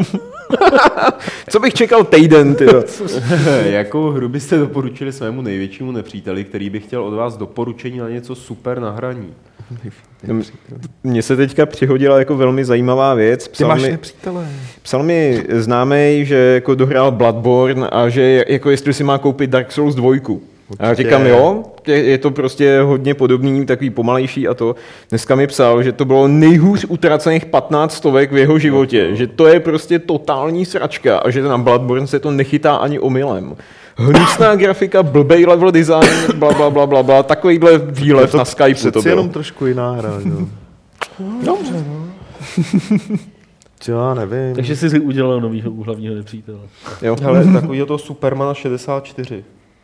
Speaker 2: Co bych čekal týden, ty.
Speaker 3: Jakou hru byste doporučili svému největšímu nepříteli, který by chtěl od vás doporučení na něco super na hraní?
Speaker 2: Mně se teďka přihodila jako velmi zajímavá věc.
Speaker 4: Ty
Speaker 2: Psal
Speaker 4: máš
Speaker 2: mi,
Speaker 4: nepřítele.
Speaker 2: psal mi známej, že jako dohrál Bloodborne a že jako jestli si má koupit Dark Souls dva. A já říkám, jo, je, je to prostě hodně podobný, takový pomalejší a to. Dneska mi psal, že to bylo nejhůř utracených patnáct stovek v jeho životě, že to je prostě totální sračka a že na Bloodborne se to nechytá ani omylem. Hnusná grafika, blbej level design, bla, bla, bla, bla, bla, takovýhle výlev na Skypeu to
Speaker 4: Přeci
Speaker 2: byl.
Speaker 4: jenom trošku jiná hra, jo.
Speaker 1: Dobře, no.
Speaker 4: Co já nevím.
Speaker 1: Takže jsi si udělal novýho hlavního nepřítele.
Speaker 2: Jo.
Speaker 3: Hele, takovýho toho Supermana šedesát čtyři.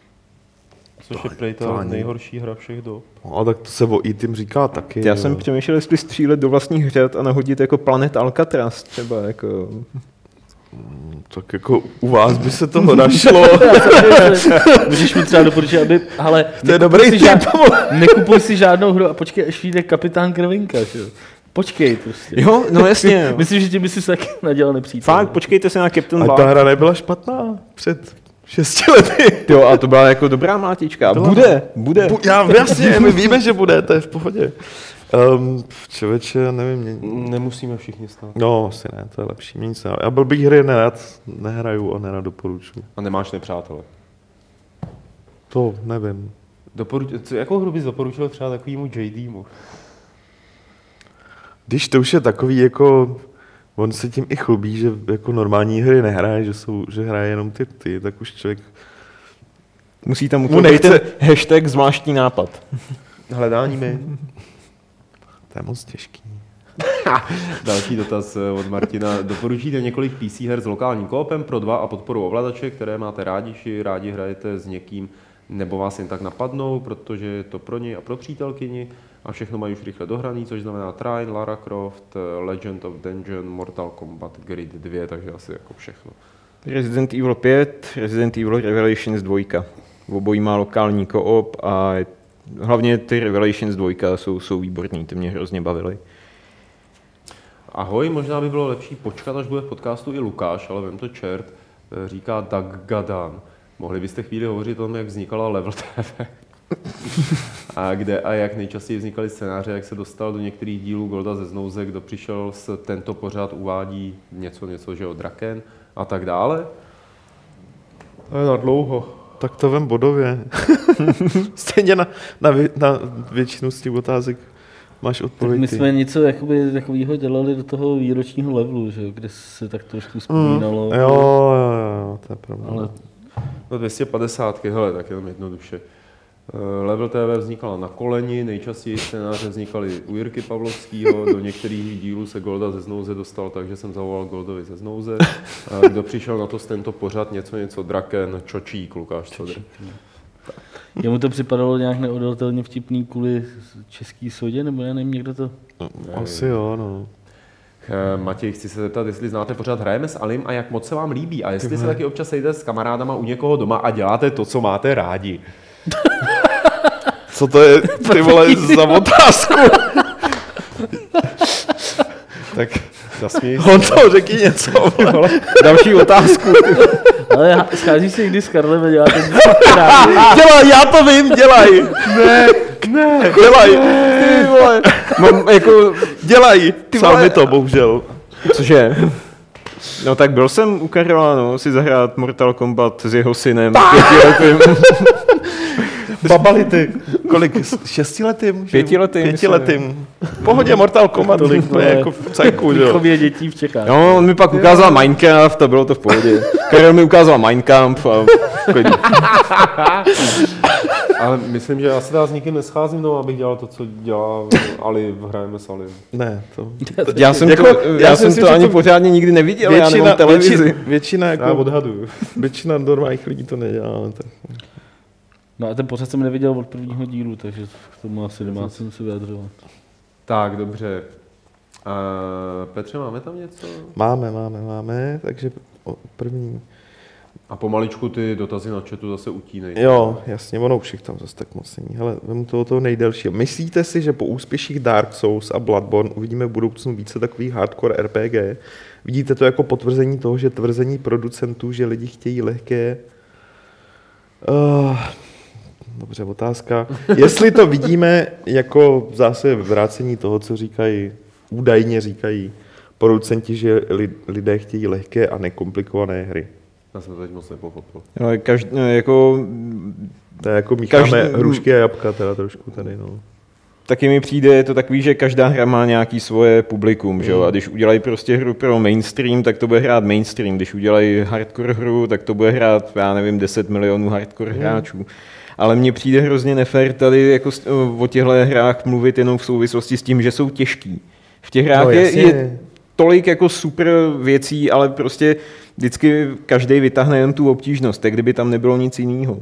Speaker 3: Což je prej
Speaker 4: to
Speaker 3: ta
Speaker 4: ani-
Speaker 3: nejhorší hra všech dob.
Speaker 4: No, tak to se o E-Team říká taky.
Speaker 2: Já
Speaker 4: jo.
Speaker 2: jsem přemýšlel, jestli střílet do vlastních hřad a nahodit jako Planet Alcatraz třeba, jako...
Speaker 4: Tak jako u vás by se toho našlo.
Speaker 1: Můžeš mi třeba doporučit, aby... Ale
Speaker 4: To je
Speaker 1: nekupuj
Speaker 4: dobrý
Speaker 1: si
Speaker 4: tip.
Speaker 1: žád, nekupuj si žádnou hru a počkej, až vyjde Kapitán Krvinka, že jo. Počkej prostě.
Speaker 2: Jo, no jasně.
Speaker 1: Myslím, že ti by si se taky nadělal nepřítele.
Speaker 2: Fakt, počkejte se na Captain
Speaker 4: A ta
Speaker 2: Black.
Speaker 4: hra nebyla špatná před šesti lety.
Speaker 2: Jo, a to byla jako dobrá mátička.
Speaker 4: Byla.
Speaker 2: Bude, bude.
Speaker 4: Bu- Já jasně, my víme, že bude, to je v pohodě. Um, člověče, nevím, mě...
Speaker 3: Nemusíme všichni stát.
Speaker 4: No, asi ne, to je lepší, mě nic ne. Já byl bych hry nerad, nehraju a nerad doporučuji.
Speaker 3: A nemáš nepřátele.
Speaker 4: To nevím.
Speaker 3: Doporuč... Co, jakou hru bys doporučil třeba takovýmu JDmu?
Speaker 4: Když to už je takový, jako... On se tím i chlubí, že jako normální hry nehraje, že, jsou, že hraje jenom ty ty, tak už člověk...
Speaker 2: Musí tam
Speaker 4: Mu
Speaker 2: utočit
Speaker 4: nechce-
Speaker 2: ten hashtag zvláštní nápad.
Speaker 3: Hledání mi.
Speaker 4: To je moc těžký.
Speaker 3: Další dotaz eh, od Martina. Doporučíte několik P C her s lokálním koopem pro dva a podporu ovladače, které máte rádi, či rádi hrajete s někým, nebo vás jen tak napadnou, protože je to pro něj a pro přítelkyni a všechno mají už rychle dohraný, což znamená Trine, Lara Croft, Legend of Dungeon, Mortal Kombat, Grid dva, takže asi jako všechno.
Speaker 2: Resident Evil pět, Resident Evil Revelations dva. Obojí má lokální koop a je- hlavně ty Revelations dva jsou, jsou výborný, ty mě hrozně bavily.
Speaker 3: Ahoj, možná by bylo lepší počkat, až bude v podcastu i Lukáš, ale vem to čert, eh, říká Doug Gadan. Mohli byste chvíli hovořit o tom, jak vznikala Level T V? A kde a jak nejčastěji vznikaly scénáře, jak se dostal do některých dílů Golda ze Znouze, kdo přišel s tento pořád uvádí něco, něco, že jo, Draken a tak dále. To je na dlouho.
Speaker 4: Tak to vem bodově. Stejně na, na, vě, na většinu z těch otázek máš
Speaker 1: Tak
Speaker 4: odpověď.
Speaker 1: my
Speaker 4: ty.
Speaker 1: jsme něco jakoby takového dělali do toho výročního levelu, že jo, kde se tak trošku vzpomínalo.
Speaker 4: Jo, jo, jo, to je pravda.
Speaker 1: Ale
Speaker 3: No dvě stě padesát, hele, tak jenom jednoduše. Level T V vznikala na koleni, nejčastěji scénáře vznikaly u Jirky Pavlovského, do některých dílů se Golda ze Znouze dostal, takže jsem zavolal Goldovi ze Znouze. Kdo přišel na to z tento pořad, něco, něco Draken, Čočík, Lukáš Codr.
Speaker 1: Jemu to připadalo nějak neodolatelně vtipný kvůli český sodě, nebo já nevím, někdo to...
Speaker 4: No, asi jo, no.
Speaker 3: Matěj, chci se zeptat, jestli znáte pořád Hrajeme s Alim a jak moc se vám líbí a jestli se taky občas sejdete s kamarádama u někoho doma a děláte to, co máte rádi.
Speaker 4: Co to je, ty vole, za otázku? Tak
Speaker 3: Zasměj se.
Speaker 4: Honzo, řekni něco, vole.
Speaker 2: Další otázku.
Speaker 1: Ale schází se někdy s Karlem a děláte něco
Speaker 4: Dělaj, já to vím, dělaj.
Speaker 3: Ne, ne.
Speaker 4: Dělaj.
Speaker 2: Ty vole. Mám jako,
Speaker 4: Dělaj.
Speaker 2: Ty
Speaker 4: Sám
Speaker 2: vole.
Speaker 4: mi to, bohužel.
Speaker 2: cože? No tak byl jsem u Karla, no, si zahrát Mortal Kombat s jeho synem pětiletým.
Speaker 4: Babality. Kolik? Šestiletým?
Speaker 2: Pětiletým,
Speaker 4: Pětiletým. V pohodě Mortal Kombat,
Speaker 1: Tolik,
Speaker 4: to je jako v cajku, že jo.
Speaker 1: výchově dětí v Čechách.
Speaker 2: No, on mi pak ukázal Minecraft a bylo to v pohodě. Karel mi ukázal Minecraft a klidně.
Speaker 3: Ale myslím, že já se teda s nikým nescházím, no, abych dělal to, co dělá Ali, Hrajeme s Alim.
Speaker 4: Ne, to...
Speaker 2: Já jsem
Speaker 4: Jako,
Speaker 2: to,
Speaker 4: já
Speaker 2: já
Speaker 4: si
Speaker 2: jsem
Speaker 4: myslím,
Speaker 2: to
Speaker 4: že
Speaker 2: ani
Speaker 4: to
Speaker 2: pořádně nikdy neviděl, já
Speaker 4: Většina,
Speaker 2: nemám televizi.
Speaker 4: většina, většina,
Speaker 3: Já
Speaker 4: jako,
Speaker 3: odhaduju.
Speaker 4: většina normálních lidí to nedělá. Tak.
Speaker 1: No a ten pořad jsem neviděl od prvního dílu, takže k tomu asi nemá jsem se vyjadřovat.
Speaker 3: Tak, dobře. Uh, Petře, máme tam něco?
Speaker 4: Máme, máme, máme, takže o, první.
Speaker 3: A pomaličku ty dotazy na chatu zase utínej.
Speaker 4: Jo, jasně, ono už jich tam zase tak moc není. Hele, vemu toho toho nejdelšího. Myslíte si, že po úspěších Dark Souls a Bloodborne uvidíme v budoucnu více takových hardcore R P G? Vidíte to jako potvrzení toho, že tvrzení producentů, že lidi chtějí lehké... Uh, dobře, otázka. Jestli to vidíme jako zase vrácení toho, co říkají, údajně říkají producenti, že li, lidé chtějí lehké a nekomplikované hry.
Speaker 3: Já jsem to teď moc nepochopil.
Speaker 2: No, každý, jako,
Speaker 4: To je jako mícháme
Speaker 2: Každý-
Speaker 4: hrušky a jabka teda trošku tady, no.
Speaker 2: taky mi přijde, je to takový, že každá hra má nějaký svoje publikum, že jo? A když udělají prostě hru pro mainstream, tak to bude hrát mainstream. Když udělají hardcore hru, tak to bude hrát, já nevím, deset milionů hardcore hráčů. Ale mně přijde hrozně nefér tady jako s- o těchto hrách mluvit jenom v souvislosti s tím, že jsou těžký. V těch hrách
Speaker 4: No,
Speaker 2: je,
Speaker 4: jasně.
Speaker 2: je tolik jako super věcí, ale prostě vždycky každý vytáhne jen tu obtížnost, tak kdyby tam nebylo nic jiného.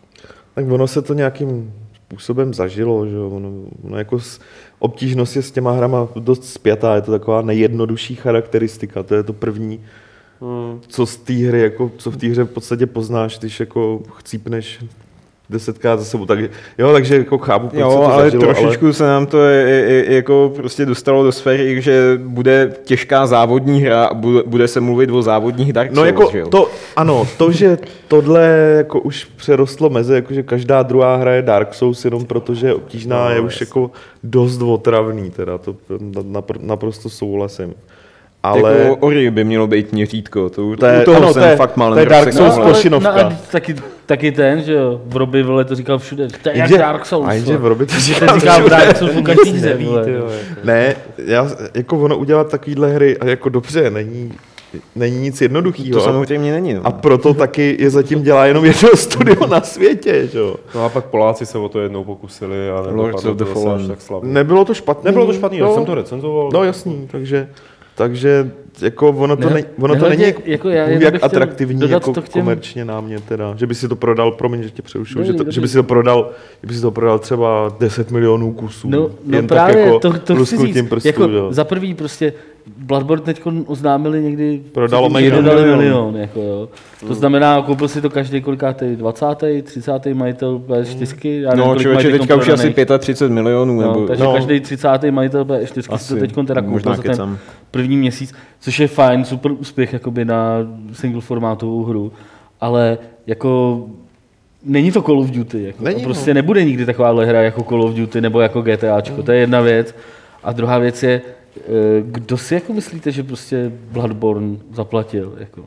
Speaker 4: Tak ono se to nějakým způsobem zažilo, že jo, ono, ono jako s, obtížnost je s těma hrama dost spjatá, je to taková nejjednodušší charakteristika, to je to první,
Speaker 3: Hmm.
Speaker 4: co z té hry, jako, co v té hře v podstatě poznáš, když jako chcípneš desetkrát za sebou, tak jo, takže jako chápu, proč
Speaker 2: Jo,
Speaker 4: se to
Speaker 2: ale
Speaker 4: zažilo,
Speaker 2: trošičku ale... se nám to je, je, je, jako prostě dostalo do sféry, že bude těžká závodní hra a bude, bude se mluvit o závodních Dark Souls,
Speaker 4: No jako
Speaker 2: že jo?
Speaker 4: to, ano, to, že tohle jako už přerostlo meze, jako že každá druhá hra je Dark Souls jenom protože je obtížná,
Speaker 3: No,
Speaker 4: je už
Speaker 3: jasně.
Speaker 4: jako dost otravný, teda to napr- naprosto souhlasím. Ale
Speaker 2: Jako Ori by mělo být měřítko, to,
Speaker 4: To je-
Speaker 2: u toho
Speaker 4: ano,
Speaker 2: jsem
Speaker 4: to je-
Speaker 2: fakt málem
Speaker 4: to je Dark
Speaker 2: rozseknul.
Speaker 4: Souls
Speaker 1: ale-
Speaker 4: plošinovka.
Speaker 1: no, a taky, taky ten, že jo, v Roby, vole, to říkal všude, to je jak
Speaker 4: Jenže-
Speaker 1: Dark Souls.
Speaker 4: a jenže
Speaker 1: vole.
Speaker 4: v Roby to
Speaker 1: To
Speaker 4: říká
Speaker 1: říká v Dark Souls u každý hře,
Speaker 3: Neví,
Speaker 1: vole.
Speaker 3: ty jo, jako.
Speaker 4: Ne, já, jako ono udělat takovýhle hry, a jako dobře, není, není nic jednoduchýho.
Speaker 2: To samozřejmě není. No.
Speaker 4: A proto taky je zatím dělá jenom jedno studio na světě, že jo.
Speaker 3: No a pak Poláci se o to jednou pokusili a
Speaker 2: Lords
Speaker 3: nedopadlo
Speaker 2: of the
Speaker 3: to zase
Speaker 2: Fallen.
Speaker 3: až tak slavně.
Speaker 4: Nebylo to špatný.
Speaker 3: Nebylo to špatný,
Speaker 4: no,
Speaker 3: já jsem to recenzoval.
Speaker 4: No jasný, takže, takže jako ono to,
Speaker 1: Ne-
Speaker 4: ne, ono to
Speaker 1: nehledě,
Speaker 4: není
Speaker 1: jako já
Speaker 4: jak
Speaker 1: jenom bych chtěl
Speaker 4: atraktivní
Speaker 1: dodat
Speaker 4: jako
Speaker 1: to k těm-
Speaker 4: komerčně námě teda, že by si to prodal, promiň, že tě přerušuju,
Speaker 1: Ne,
Speaker 4: že, to,
Speaker 1: dobrý.
Speaker 4: že by si to prodal, že by si to prodal třeba deset milionů kusů.
Speaker 1: No, no
Speaker 4: jen
Speaker 1: právě,
Speaker 4: tak jako
Speaker 1: to, to chci
Speaker 4: lusknutím
Speaker 1: říct,
Speaker 4: prstů,
Speaker 1: jako
Speaker 4: jo.
Speaker 1: za prvý prostě Bloodborne teď oznámili někdy,
Speaker 4: Prodalo
Speaker 1: předtím, že
Speaker 4: milion.
Speaker 1: dodali
Speaker 4: Milion.
Speaker 1: milion, jako jo. To znamená, koupil si to každý kolikátej, dvacátý, třicátý majitel P S čtyři, já nevím,
Speaker 2: No
Speaker 1: kolik
Speaker 2: člověče,
Speaker 1: mají
Speaker 2: teďka
Speaker 1: teďkom
Speaker 2: už asi
Speaker 1: prodaných.
Speaker 2: třicet pět milionů,
Speaker 1: No,
Speaker 2: nebo...
Speaker 1: takže
Speaker 4: no.
Speaker 1: každý třicátý majitel P S čtyři si to
Speaker 2: Asi,
Speaker 1: teď teda koupil
Speaker 2: možná
Speaker 1: za ten
Speaker 2: kecam.
Speaker 1: první měsíc, což je fajn, super úspěch jakoby na single formátovou hru, ale jako není to Call of Duty, jako,
Speaker 4: Není,
Speaker 1: to prostě nebude nikdy takováhle hra jako Call of Duty nebo jako GTAčko, to je jedna věc. A druhá věc je, eh, kdo si jako myslíte, že prostě Bloodborne zaplatil, jako.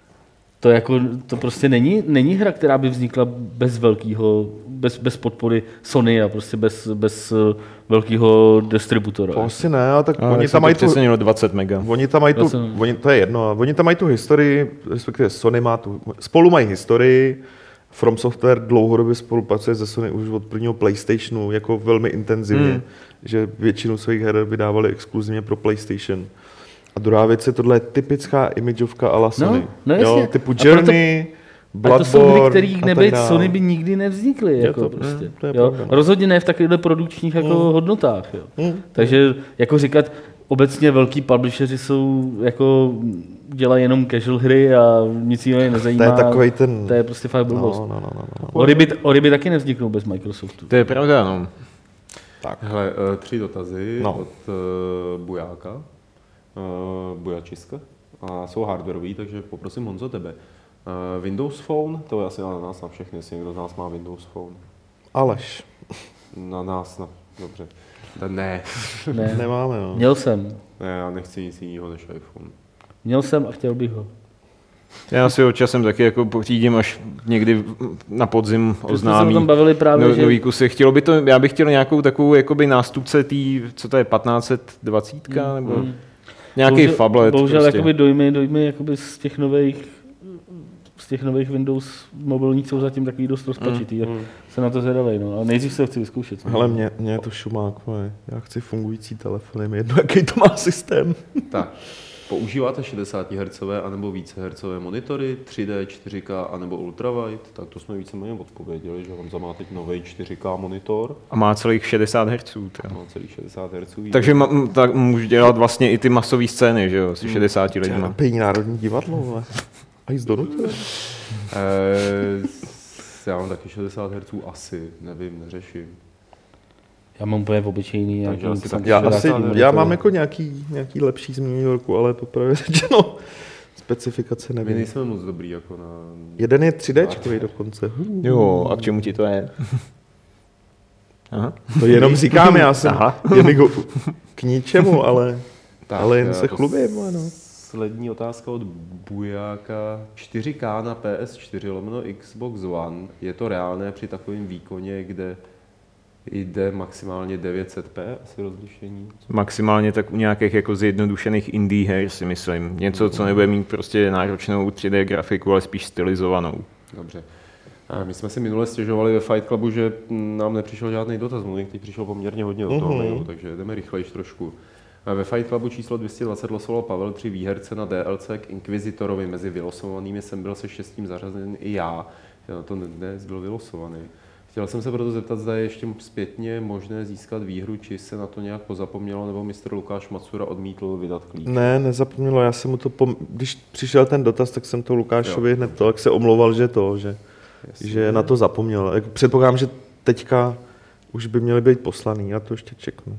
Speaker 1: To, jako, to prostě není, není hra, která by vznikla bez velkého, bez, bez podpory Sony a prostě bez, bez eh, velkého distributora.
Speaker 4: To asi ne, ale tak
Speaker 2: Ale
Speaker 4: oni
Speaker 2: se
Speaker 4: tam
Speaker 2: to
Speaker 4: mají tu,
Speaker 2: přecenilo dvacet mega.
Speaker 4: oni tam mají tu,
Speaker 1: Vlastně-
Speaker 4: oni, to je jedno, oni tam mají tu historii, respektive Sony má tu, spolu mají historii From Software dlouhodobě spolupracuje se Sony už od prvního PlayStationu jako velmi intenzivně, hmm. že většinu svých her vydávali exkluzivně pro PlayStation. A druhá věc je, tohle je typická imageovka a la Sony.
Speaker 1: No, no
Speaker 4: jo, typu Journey, Bloodborne.
Speaker 1: A to jsou hry, které nebejt Sony by nikdy nevznikly. Jako
Speaker 4: to,
Speaker 1: prostě.
Speaker 4: to je
Speaker 1: jo?
Speaker 4: pravda, no.
Speaker 1: Rozhodně ne v takovýchhle produkčních jako mm. hodnotách. Jo?
Speaker 4: Mm.
Speaker 1: Takže jako říkat, obecně velký publisheri jsou jako dělají jenom casual hry a nic jiného je nezajímá.
Speaker 4: To je takovej ten...
Speaker 1: To je prostě fakt blbost.
Speaker 4: No, no, no, no, no.
Speaker 1: Ory by, ory by taky nevzniknou bez Microsoftu.
Speaker 2: To je pravda, no.
Speaker 4: Tak.
Speaker 3: Hele, tři dotazy
Speaker 4: no.
Speaker 3: od uh, Bujáka, uh, Bujačiska, a jsou hardwareový, takže poprosím Honzo tebe. Uh, Windows Phone, to je asi na nás na všechny, jestli někdo z nás má Windows Phone.
Speaker 4: Aleš.
Speaker 3: Na nás, na, dobře. Ta ne.
Speaker 1: ne.
Speaker 4: Nemáme, no.
Speaker 1: Měl jsem.
Speaker 3: Ne, já nechci nic jiného než iPhone.
Speaker 1: Měl jsem a chtěl bych ho.
Speaker 2: Já si ho časem taky jako pořídím, až někdy na podzim oznámí.
Speaker 1: Jsme se o tom bavili právě,
Speaker 2: no,
Speaker 1: že...
Speaker 2: nový kusy. Chtělo by to, já bych chtěl nějakou takovou jakoby nástupce tý, co to je, patnáct dvacet mm, nebo mm. nějaký
Speaker 1: bohužel,
Speaker 2: phablet.
Speaker 1: Bohužel
Speaker 2: prostě.
Speaker 1: jakoby dojmy, dojmy jakoby z těch nových z těch nových Windows mobilních jsou zatím takový dost rozpačitý, mm. mm. jsem na to zvědavej, no. Ale nejdřív se ho chci vyzkoušet.
Speaker 4: Ale mě, mě je to šumák, já chci fungující telefony, mě jedno, jaký to má systém.
Speaker 3: Tak. Používáte šedesát hertzové anebo více hertzové monitory, tři dé, čtyři ká anebo ultrawide? Tak to jsme víceméně odpověděli, že Honza má teď nový čtyři ká monitor.
Speaker 2: A má celých šedesát hertzů.
Speaker 3: Má celých šedesát hertzů.
Speaker 2: Takže ma, tak můžu dělat vlastně i ty masové scény, že jo, s šedesáti lidmi.
Speaker 4: Pejní národní divadlo, ale a jíst donutil.
Speaker 3: Eee, já mám taky šedesát hertzů asi, nevím, neřeším.
Speaker 1: Já mám úplně obyčejný.
Speaker 3: Takže asi tak
Speaker 4: já, asi, já mám jako nějaký, nějaký lepší z New Yorku, ale popravdě řečeno specifikace nevím.
Speaker 3: My nejsme moc dobrý jako na...
Speaker 4: Jeden je tři déčkový dokonce. Uh.
Speaker 2: Jo, a k čemu ti to je?
Speaker 4: Aha. To jenom říkám, já jsem jako k ničemu, ale, tak, ale jen se chlubím. No.
Speaker 3: Poslední otázka od Bujáka. čtyři ká na P S čtyři lomeno Xbox One. Je to reálné při takovém výkoně, kde jde maximálně devět set pé asi rozlišení?
Speaker 2: Maximálně tak u nějakých jako zjednodušených indie her si myslím. Něco, co nebude mít prostě náročnou tři dé grafiku, ale spíš stylizovanou.
Speaker 3: Dobře. A my jsme si minule stěžovali ve Fight Clubu, že nám nepřišel žádný dotaz, no teď přišel poměrně hodně od toho mailu, takže jdeme rychlejš trošku. A ve Fight Clubu číslo dvě stě dvacet losoval Pavel při výherce na D L C k Inquisitorovi. Mezi vylosovanými jsem byl se štěstím zařazen i já. Já na to dnes byl vylosovaný. Chtěl jsem se proto zeptat, zda je ještě zpětně možné získat výhru, či se na to nějak pozapomnělo, nebo mistr Lukáš Macura odmítl vydat klíč?
Speaker 4: Ne, nezapomnělo, já jsem mu to, pom... když přišel ten dotaz, tak jsem to Lukášovi jo. hned to, jak se omlouval, že to, že, že na to zapomněl. Předpokládám, že teďka už by měly být poslaný, já to ještě čeknu.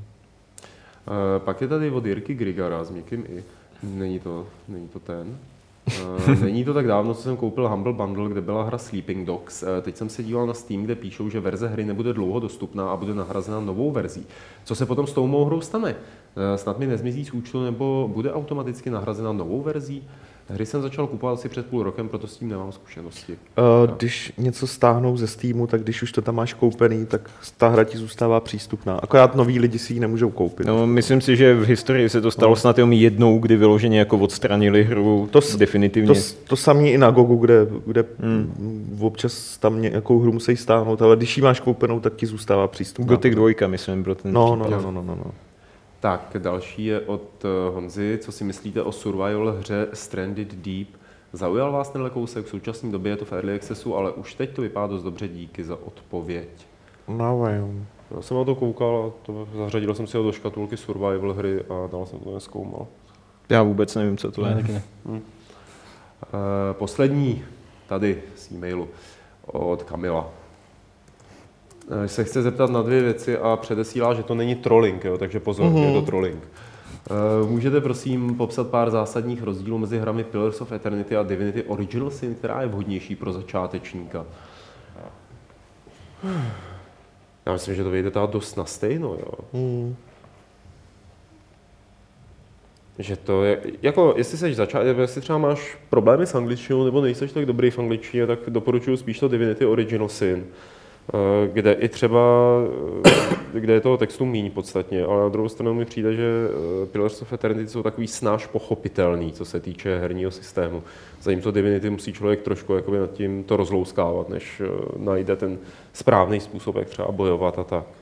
Speaker 3: E, pak je tady od Jirky Grigara s měkkým i. Není to, není to ten. Uh, není to tak dávno, co jsem koupil Humble Bundle, kde byla hra Sleeping Dogs. Uh, teď jsem se díval na Steam, kde píšou, že verze hry nebude dlouho dostupná a bude nahrazena novou verzí. Co se potom s tou mou hrou stane? Uh, snad mi nezmizí z účtu nebo bude automaticky nahrazena novou verzí? Hry jsem začal kupovat asi před půl rokem, proto s tím nemám zkušenosti.
Speaker 4: Uh, když něco stáhnou ze Steamu, tak když už to tam máš koupený, tak ta hra ti zůstává přístupná. Akorát noví lidi si ji nemůžou koupit.
Speaker 2: No, myslím si, že v historii se to stalo no. snad jenom jednou, kdy vyloženě jako odstranili hru to, definitivně.
Speaker 4: To, to samé i na Gogu, kde, kde hmm. občas tam nějakou hru musí stáhnout, ale když ji máš koupenou, tak ti zůstává přístupná.
Speaker 2: Gothic dva, myslím, byl ten
Speaker 4: no, no, no, no, no, no.
Speaker 3: Tak, další je od Honzy. Co si myslíte o survival hře Stranded Deep? Zaujal vás tenhle kousek? V současné době je to v Early Accessu, ale už teď to vypadá dost dobře, díky za odpověď.
Speaker 4: No,
Speaker 3: já jsem na to koukal a to, zařadil jsem si ho do škatulky survival hry a dál jsem to nezkoumal.
Speaker 2: Já vůbec nevím, co to je.
Speaker 1: Ne,
Speaker 3: hmm. e, poslední tady z e-mailu od Kamila. Se chce zeptat na dvě věci a předesílá, že to není trolling, jo, takže pozor, mm-hmm. je to trolling. Uh, můžete prosím popsat pár zásadních rozdílů mezi hrami Pillars of Eternity a Divinity Original Sin, která je vhodnější pro začátečníka? Já myslím, že to vyjde teda dost na stejno, jo. Mm. Že to je, jako jestli seš začát, jestli třeba máš problémy s angličtinou nebo nejseš tak dobrý v angličtině, tak doporučuji spíš to Divinity Original Sin. kde i třeba, kde je toho textu míň podstatně, ale na druhou stranu mi přijde, že Pillars of Eternity jsou takový snáš pochopitelný, co se týče herního systému. Zatímco Divinity musí člověk trošku jakoby nad tím to rozlouskávat, než najde ten správný způsob, jak třeba bojovat a tak.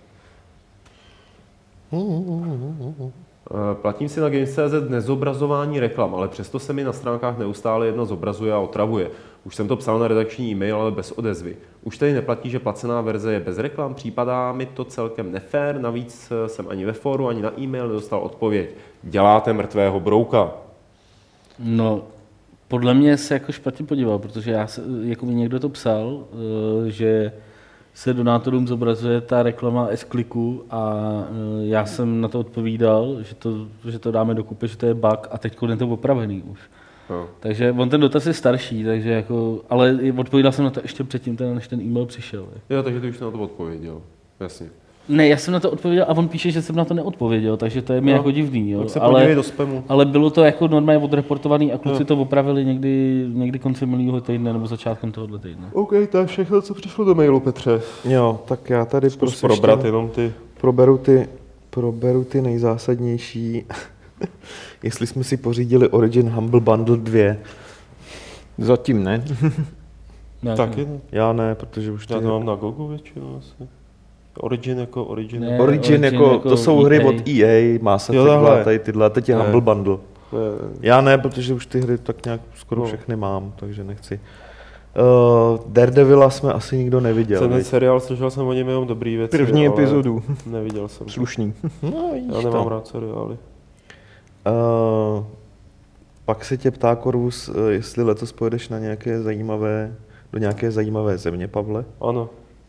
Speaker 3: Platím si na Games tečka cé zet nezobrazování reklam, ale přesto se mi na stránkách neustále jedno zobrazuje a otravuje. Už jsem to psal na redakční e-mail, ale bez odezvy. Už tady neplatí, že placená verze je bez reklam, připadá mi to celkem nefér, navíc jsem ani ve fóru, ani na e-mail nedostal odpověď. Děláte mrtvého brouka.
Speaker 1: No, podle mě se jako špatně podíval, protože já se, jako mi někdo to psal, že se donátorům zobrazuje ta reklama S-kliku a já jsem na to odpovídal, že to, že to dáme do kupy, že to je bug a teď je to opravený už. No. Takže on ten dotaz je starší, takže jako, ale odpovídal jsem na to ještě předtím, ten, než ten e-mail přišel.
Speaker 3: Jo, takže ty už na to odpověděl, jasně.
Speaker 1: Ne, já jsem na to odpověděl a on píše, že jsem na to neodpověděl, takže to je mi no, jako divný. Jo.
Speaker 3: Tak se
Speaker 1: ale,
Speaker 3: podívej do spamu.
Speaker 1: Ale bylo to jako normálně odreportovaný a kluci no. to opravili někdy, někdy koncem minulého týdne nebo začátkem tohoto týdne.
Speaker 3: OK, to je všechno, co přišlo do mailu, Petře.
Speaker 4: Jo, tak já tady
Speaker 3: Zkus probrat jenom ty.
Speaker 4: Proberu ty, proberu ty nejzásadnější. Jestli jsme si pořídili Origin Humble Bundle dva.
Speaker 2: Zatím ne.
Speaker 1: Já
Speaker 3: Taky ne.
Speaker 4: Já ne, protože už
Speaker 3: Já
Speaker 4: ty...
Speaker 3: to mám na Gogu většinou asi. Origin jako Origin.
Speaker 1: Ne,
Speaker 4: Origin, Origin jako, jako, to jsou hry E A. Od E A, Mass Effect, tady tyhle, teď je ne. Humble Bundle.
Speaker 3: Ne.
Speaker 4: Já ne, protože už ty hry tak nějak skoro no. všechny mám, takže nechci. Uh, Daredevila jsme asi nikdo neviděl.
Speaker 3: Jsem ten seriál, slyšel jsem o něm jenom dobrý věci.
Speaker 2: První epizodu.
Speaker 3: Neviděl jsem.
Speaker 2: Slušný.
Speaker 4: No,
Speaker 3: já nemám to. rád seriály.
Speaker 4: Uh, pak se tě ptá Korvus, uh, jestli letos pojedeš na nějaké zajímavé, do nějaké zajímavé země, Pavle?
Speaker 3: Ano.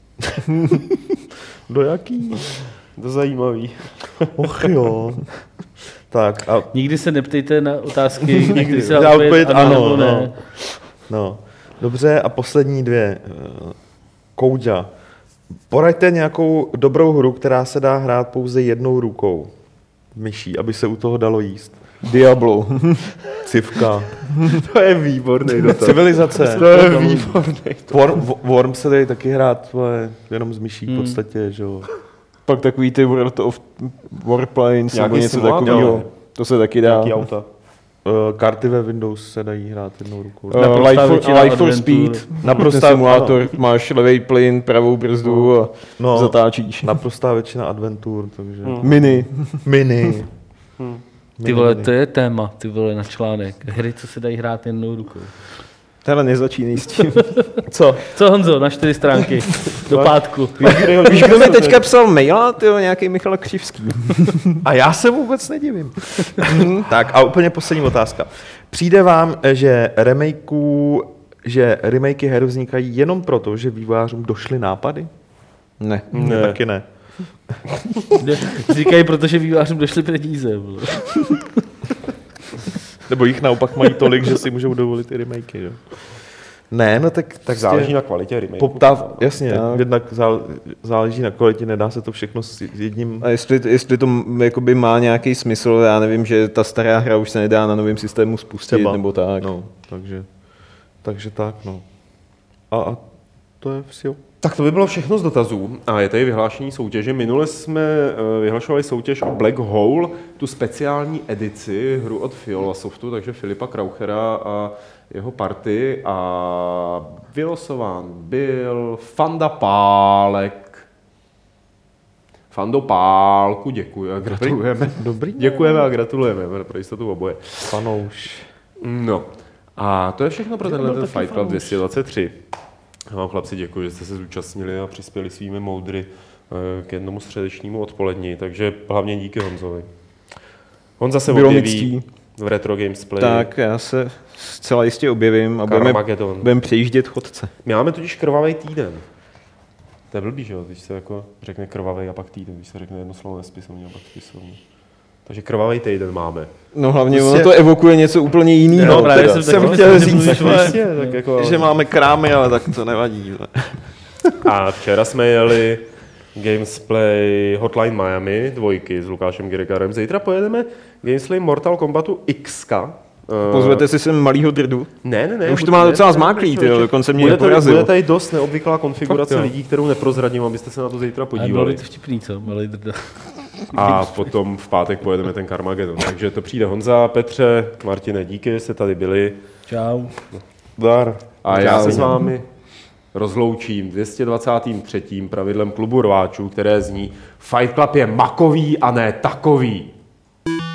Speaker 4: Do jaký?
Speaker 3: Do zajímavý.
Speaker 4: Och jo. Tak a...
Speaker 1: Nikdy se neptejte na otázky, někdy se
Speaker 4: dá
Speaker 1: odpovědět ano,
Speaker 4: ano,
Speaker 1: nebo ne.
Speaker 4: No. no. Dobře, a poslední dvě. Kouďa. Poraďte nějakou dobrou hru, která se dá hrát pouze jednou rukou myší, aby se u toho dalo jíst.
Speaker 2: Diablo.
Speaker 4: Civka.
Speaker 3: To je výborný dotaz.
Speaker 4: Civilizace.
Speaker 3: To je výborný dotaz.
Speaker 4: Worm, Worm se dají taky hrát tvoje, jenom z myší v podstatě, že jo.
Speaker 2: Pak takový ty World of Warplanes nebo něco takového. To se taky dá.
Speaker 3: Nějaký auta.
Speaker 4: Uh, karty ve Windows se dají hrát jednou rukou.
Speaker 2: Uh, Life, for, Life for Speed, naprostá simulátor, ano. Máš levej plyn, pravou brzdu a no, zatáčíš.
Speaker 4: Naprostá většina adventur, takže...
Speaker 2: Hmm. Mini.
Speaker 4: Mini.
Speaker 1: Hmm. Ty vole, to je téma, ty vole, na článek. Hry, co se dají hrát jednou rukou.
Speaker 2: Hele, nezačínej s tím.
Speaker 4: Co?
Speaker 1: Co, Honzo, na čtyři stránky, do pátku.
Speaker 2: Víš, kdo mi teďka psal maila? Tyjo, nějaký Michal Křivský.
Speaker 4: A já se vůbec nedivím. Tak a úplně poslední otázka. Přijde vám, že remakeů, že remakey her vznikají jenom proto, že vývojářům došly nápady?
Speaker 2: Ne.
Speaker 4: Ne. Taky ne.
Speaker 1: Říkají, protože vývojářům došly peníze.
Speaker 4: Nebo jich naopak mají tolik, že si můžou dovolit i remakey, jo? Ne, no tak...
Speaker 3: Tak záleží na kvalitě remake.
Speaker 4: Poptav, jasně, tak. Jednak záleží na kvalitě, nedá se to všechno s jedním...
Speaker 2: A jestli, jestli to jakoby má nějaký smysl, já nevím, že ta stará hra už se nedá na novém systému spustit, třeba. Nebo tak.
Speaker 4: No, takže, takže tak, no. A, a to je vše.
Speaker 3: Tak to by bylo všechno z dotazů. A je tady vyhlášení soutěže. Minule jsme vyhlašovali soutěž o Black Hole, tu speciální edici, hru od Fiola Softu, takže Filipa Krauchera a jeho party. A vylosován byl Fanda Pálek. Fando Pálku, děkuji a gratulujeme.
Speaker 4: Dobrý.
Speaker 3: Děkujeme a gratulujeme, pro jistotu oboje.
Speaker 4: Fanouš.
Speaker 3: No. A to je všechno pro tenhle ten Fight Club dvě stě dvacet tři. Já vám, chlapci, děkuji, že jste se zúčastnili a přispěli svými moudry k jednomu středečnímu odpolední, takže hlavně díky Honzovi. Honza se
Speaker 2: bylo
Speaker 3: objeví v Retro Games Play.
Speaker 2: Tak, já se zcela jistě objevím a budeme, budeme přejíždět chodce.
Speaker 3: My máme totiž krvavý týden. To je blbý, že jo, když se jako řekne krvavý a pak týden, když se řekne jedno slovo nespisovně a pak spisovně. Takže krvavý týden máme.
Speaker 2: No hlavně prostě... ono to evokuje něco úplně jiného.
Speaker 1: No, právě jsem,
Speaker 2: jsem chtěl říct,
Speaker 1: říct
Speaker 3: vlastně, tak jako...
Speaker 4: že máme krámy, ale tak to nevadí.
Speaker 3: A včera jsme jeli Gamesplay Hotline Miami dvojky s Lukášem Girekarem. Zítra pojedeme Gamesplay Mortal Kombatu X,
Speaker 2: Pozvete si sem malýho drdu?
Speaker 3: Ne, ne, ne.
Speaker 2: Už to má
Speaker 3: ne,
Speaker 2: docela
Speaker 3: ne,
Speaker 2: zmáklý,
Speaker 3: ne,
Speaker 2: tyjo, dokonce mě
Speaker 3: bude tady,
Speaker 2: porazil.
Speaker 3: bude tady dost neobvyklá konfigurace
Speaker 2: Fakt,
Speaker 3: lidí, kterou neprozradím, abyste se na to zítra
Speaker 1: Ale bylo
Speaker 3: podívali.
Speaker 1: by to vtipný, co? Malej drda.
Speaker 3: A potom v pátek pojedeme ten Carmageddon. Takže to přijde Honza, Petře, Martine, díky, že jste tady byli.
Speaker 1: Čau.
Speaker 4: Dar.
Speaker 3: A já
Speaker 2: Čau.
Speaker 3: se s vámi rozloučím dvě stě dvacátým třetím pravidlem klubu rváčů, které zní Fight Club je makový a ne takový.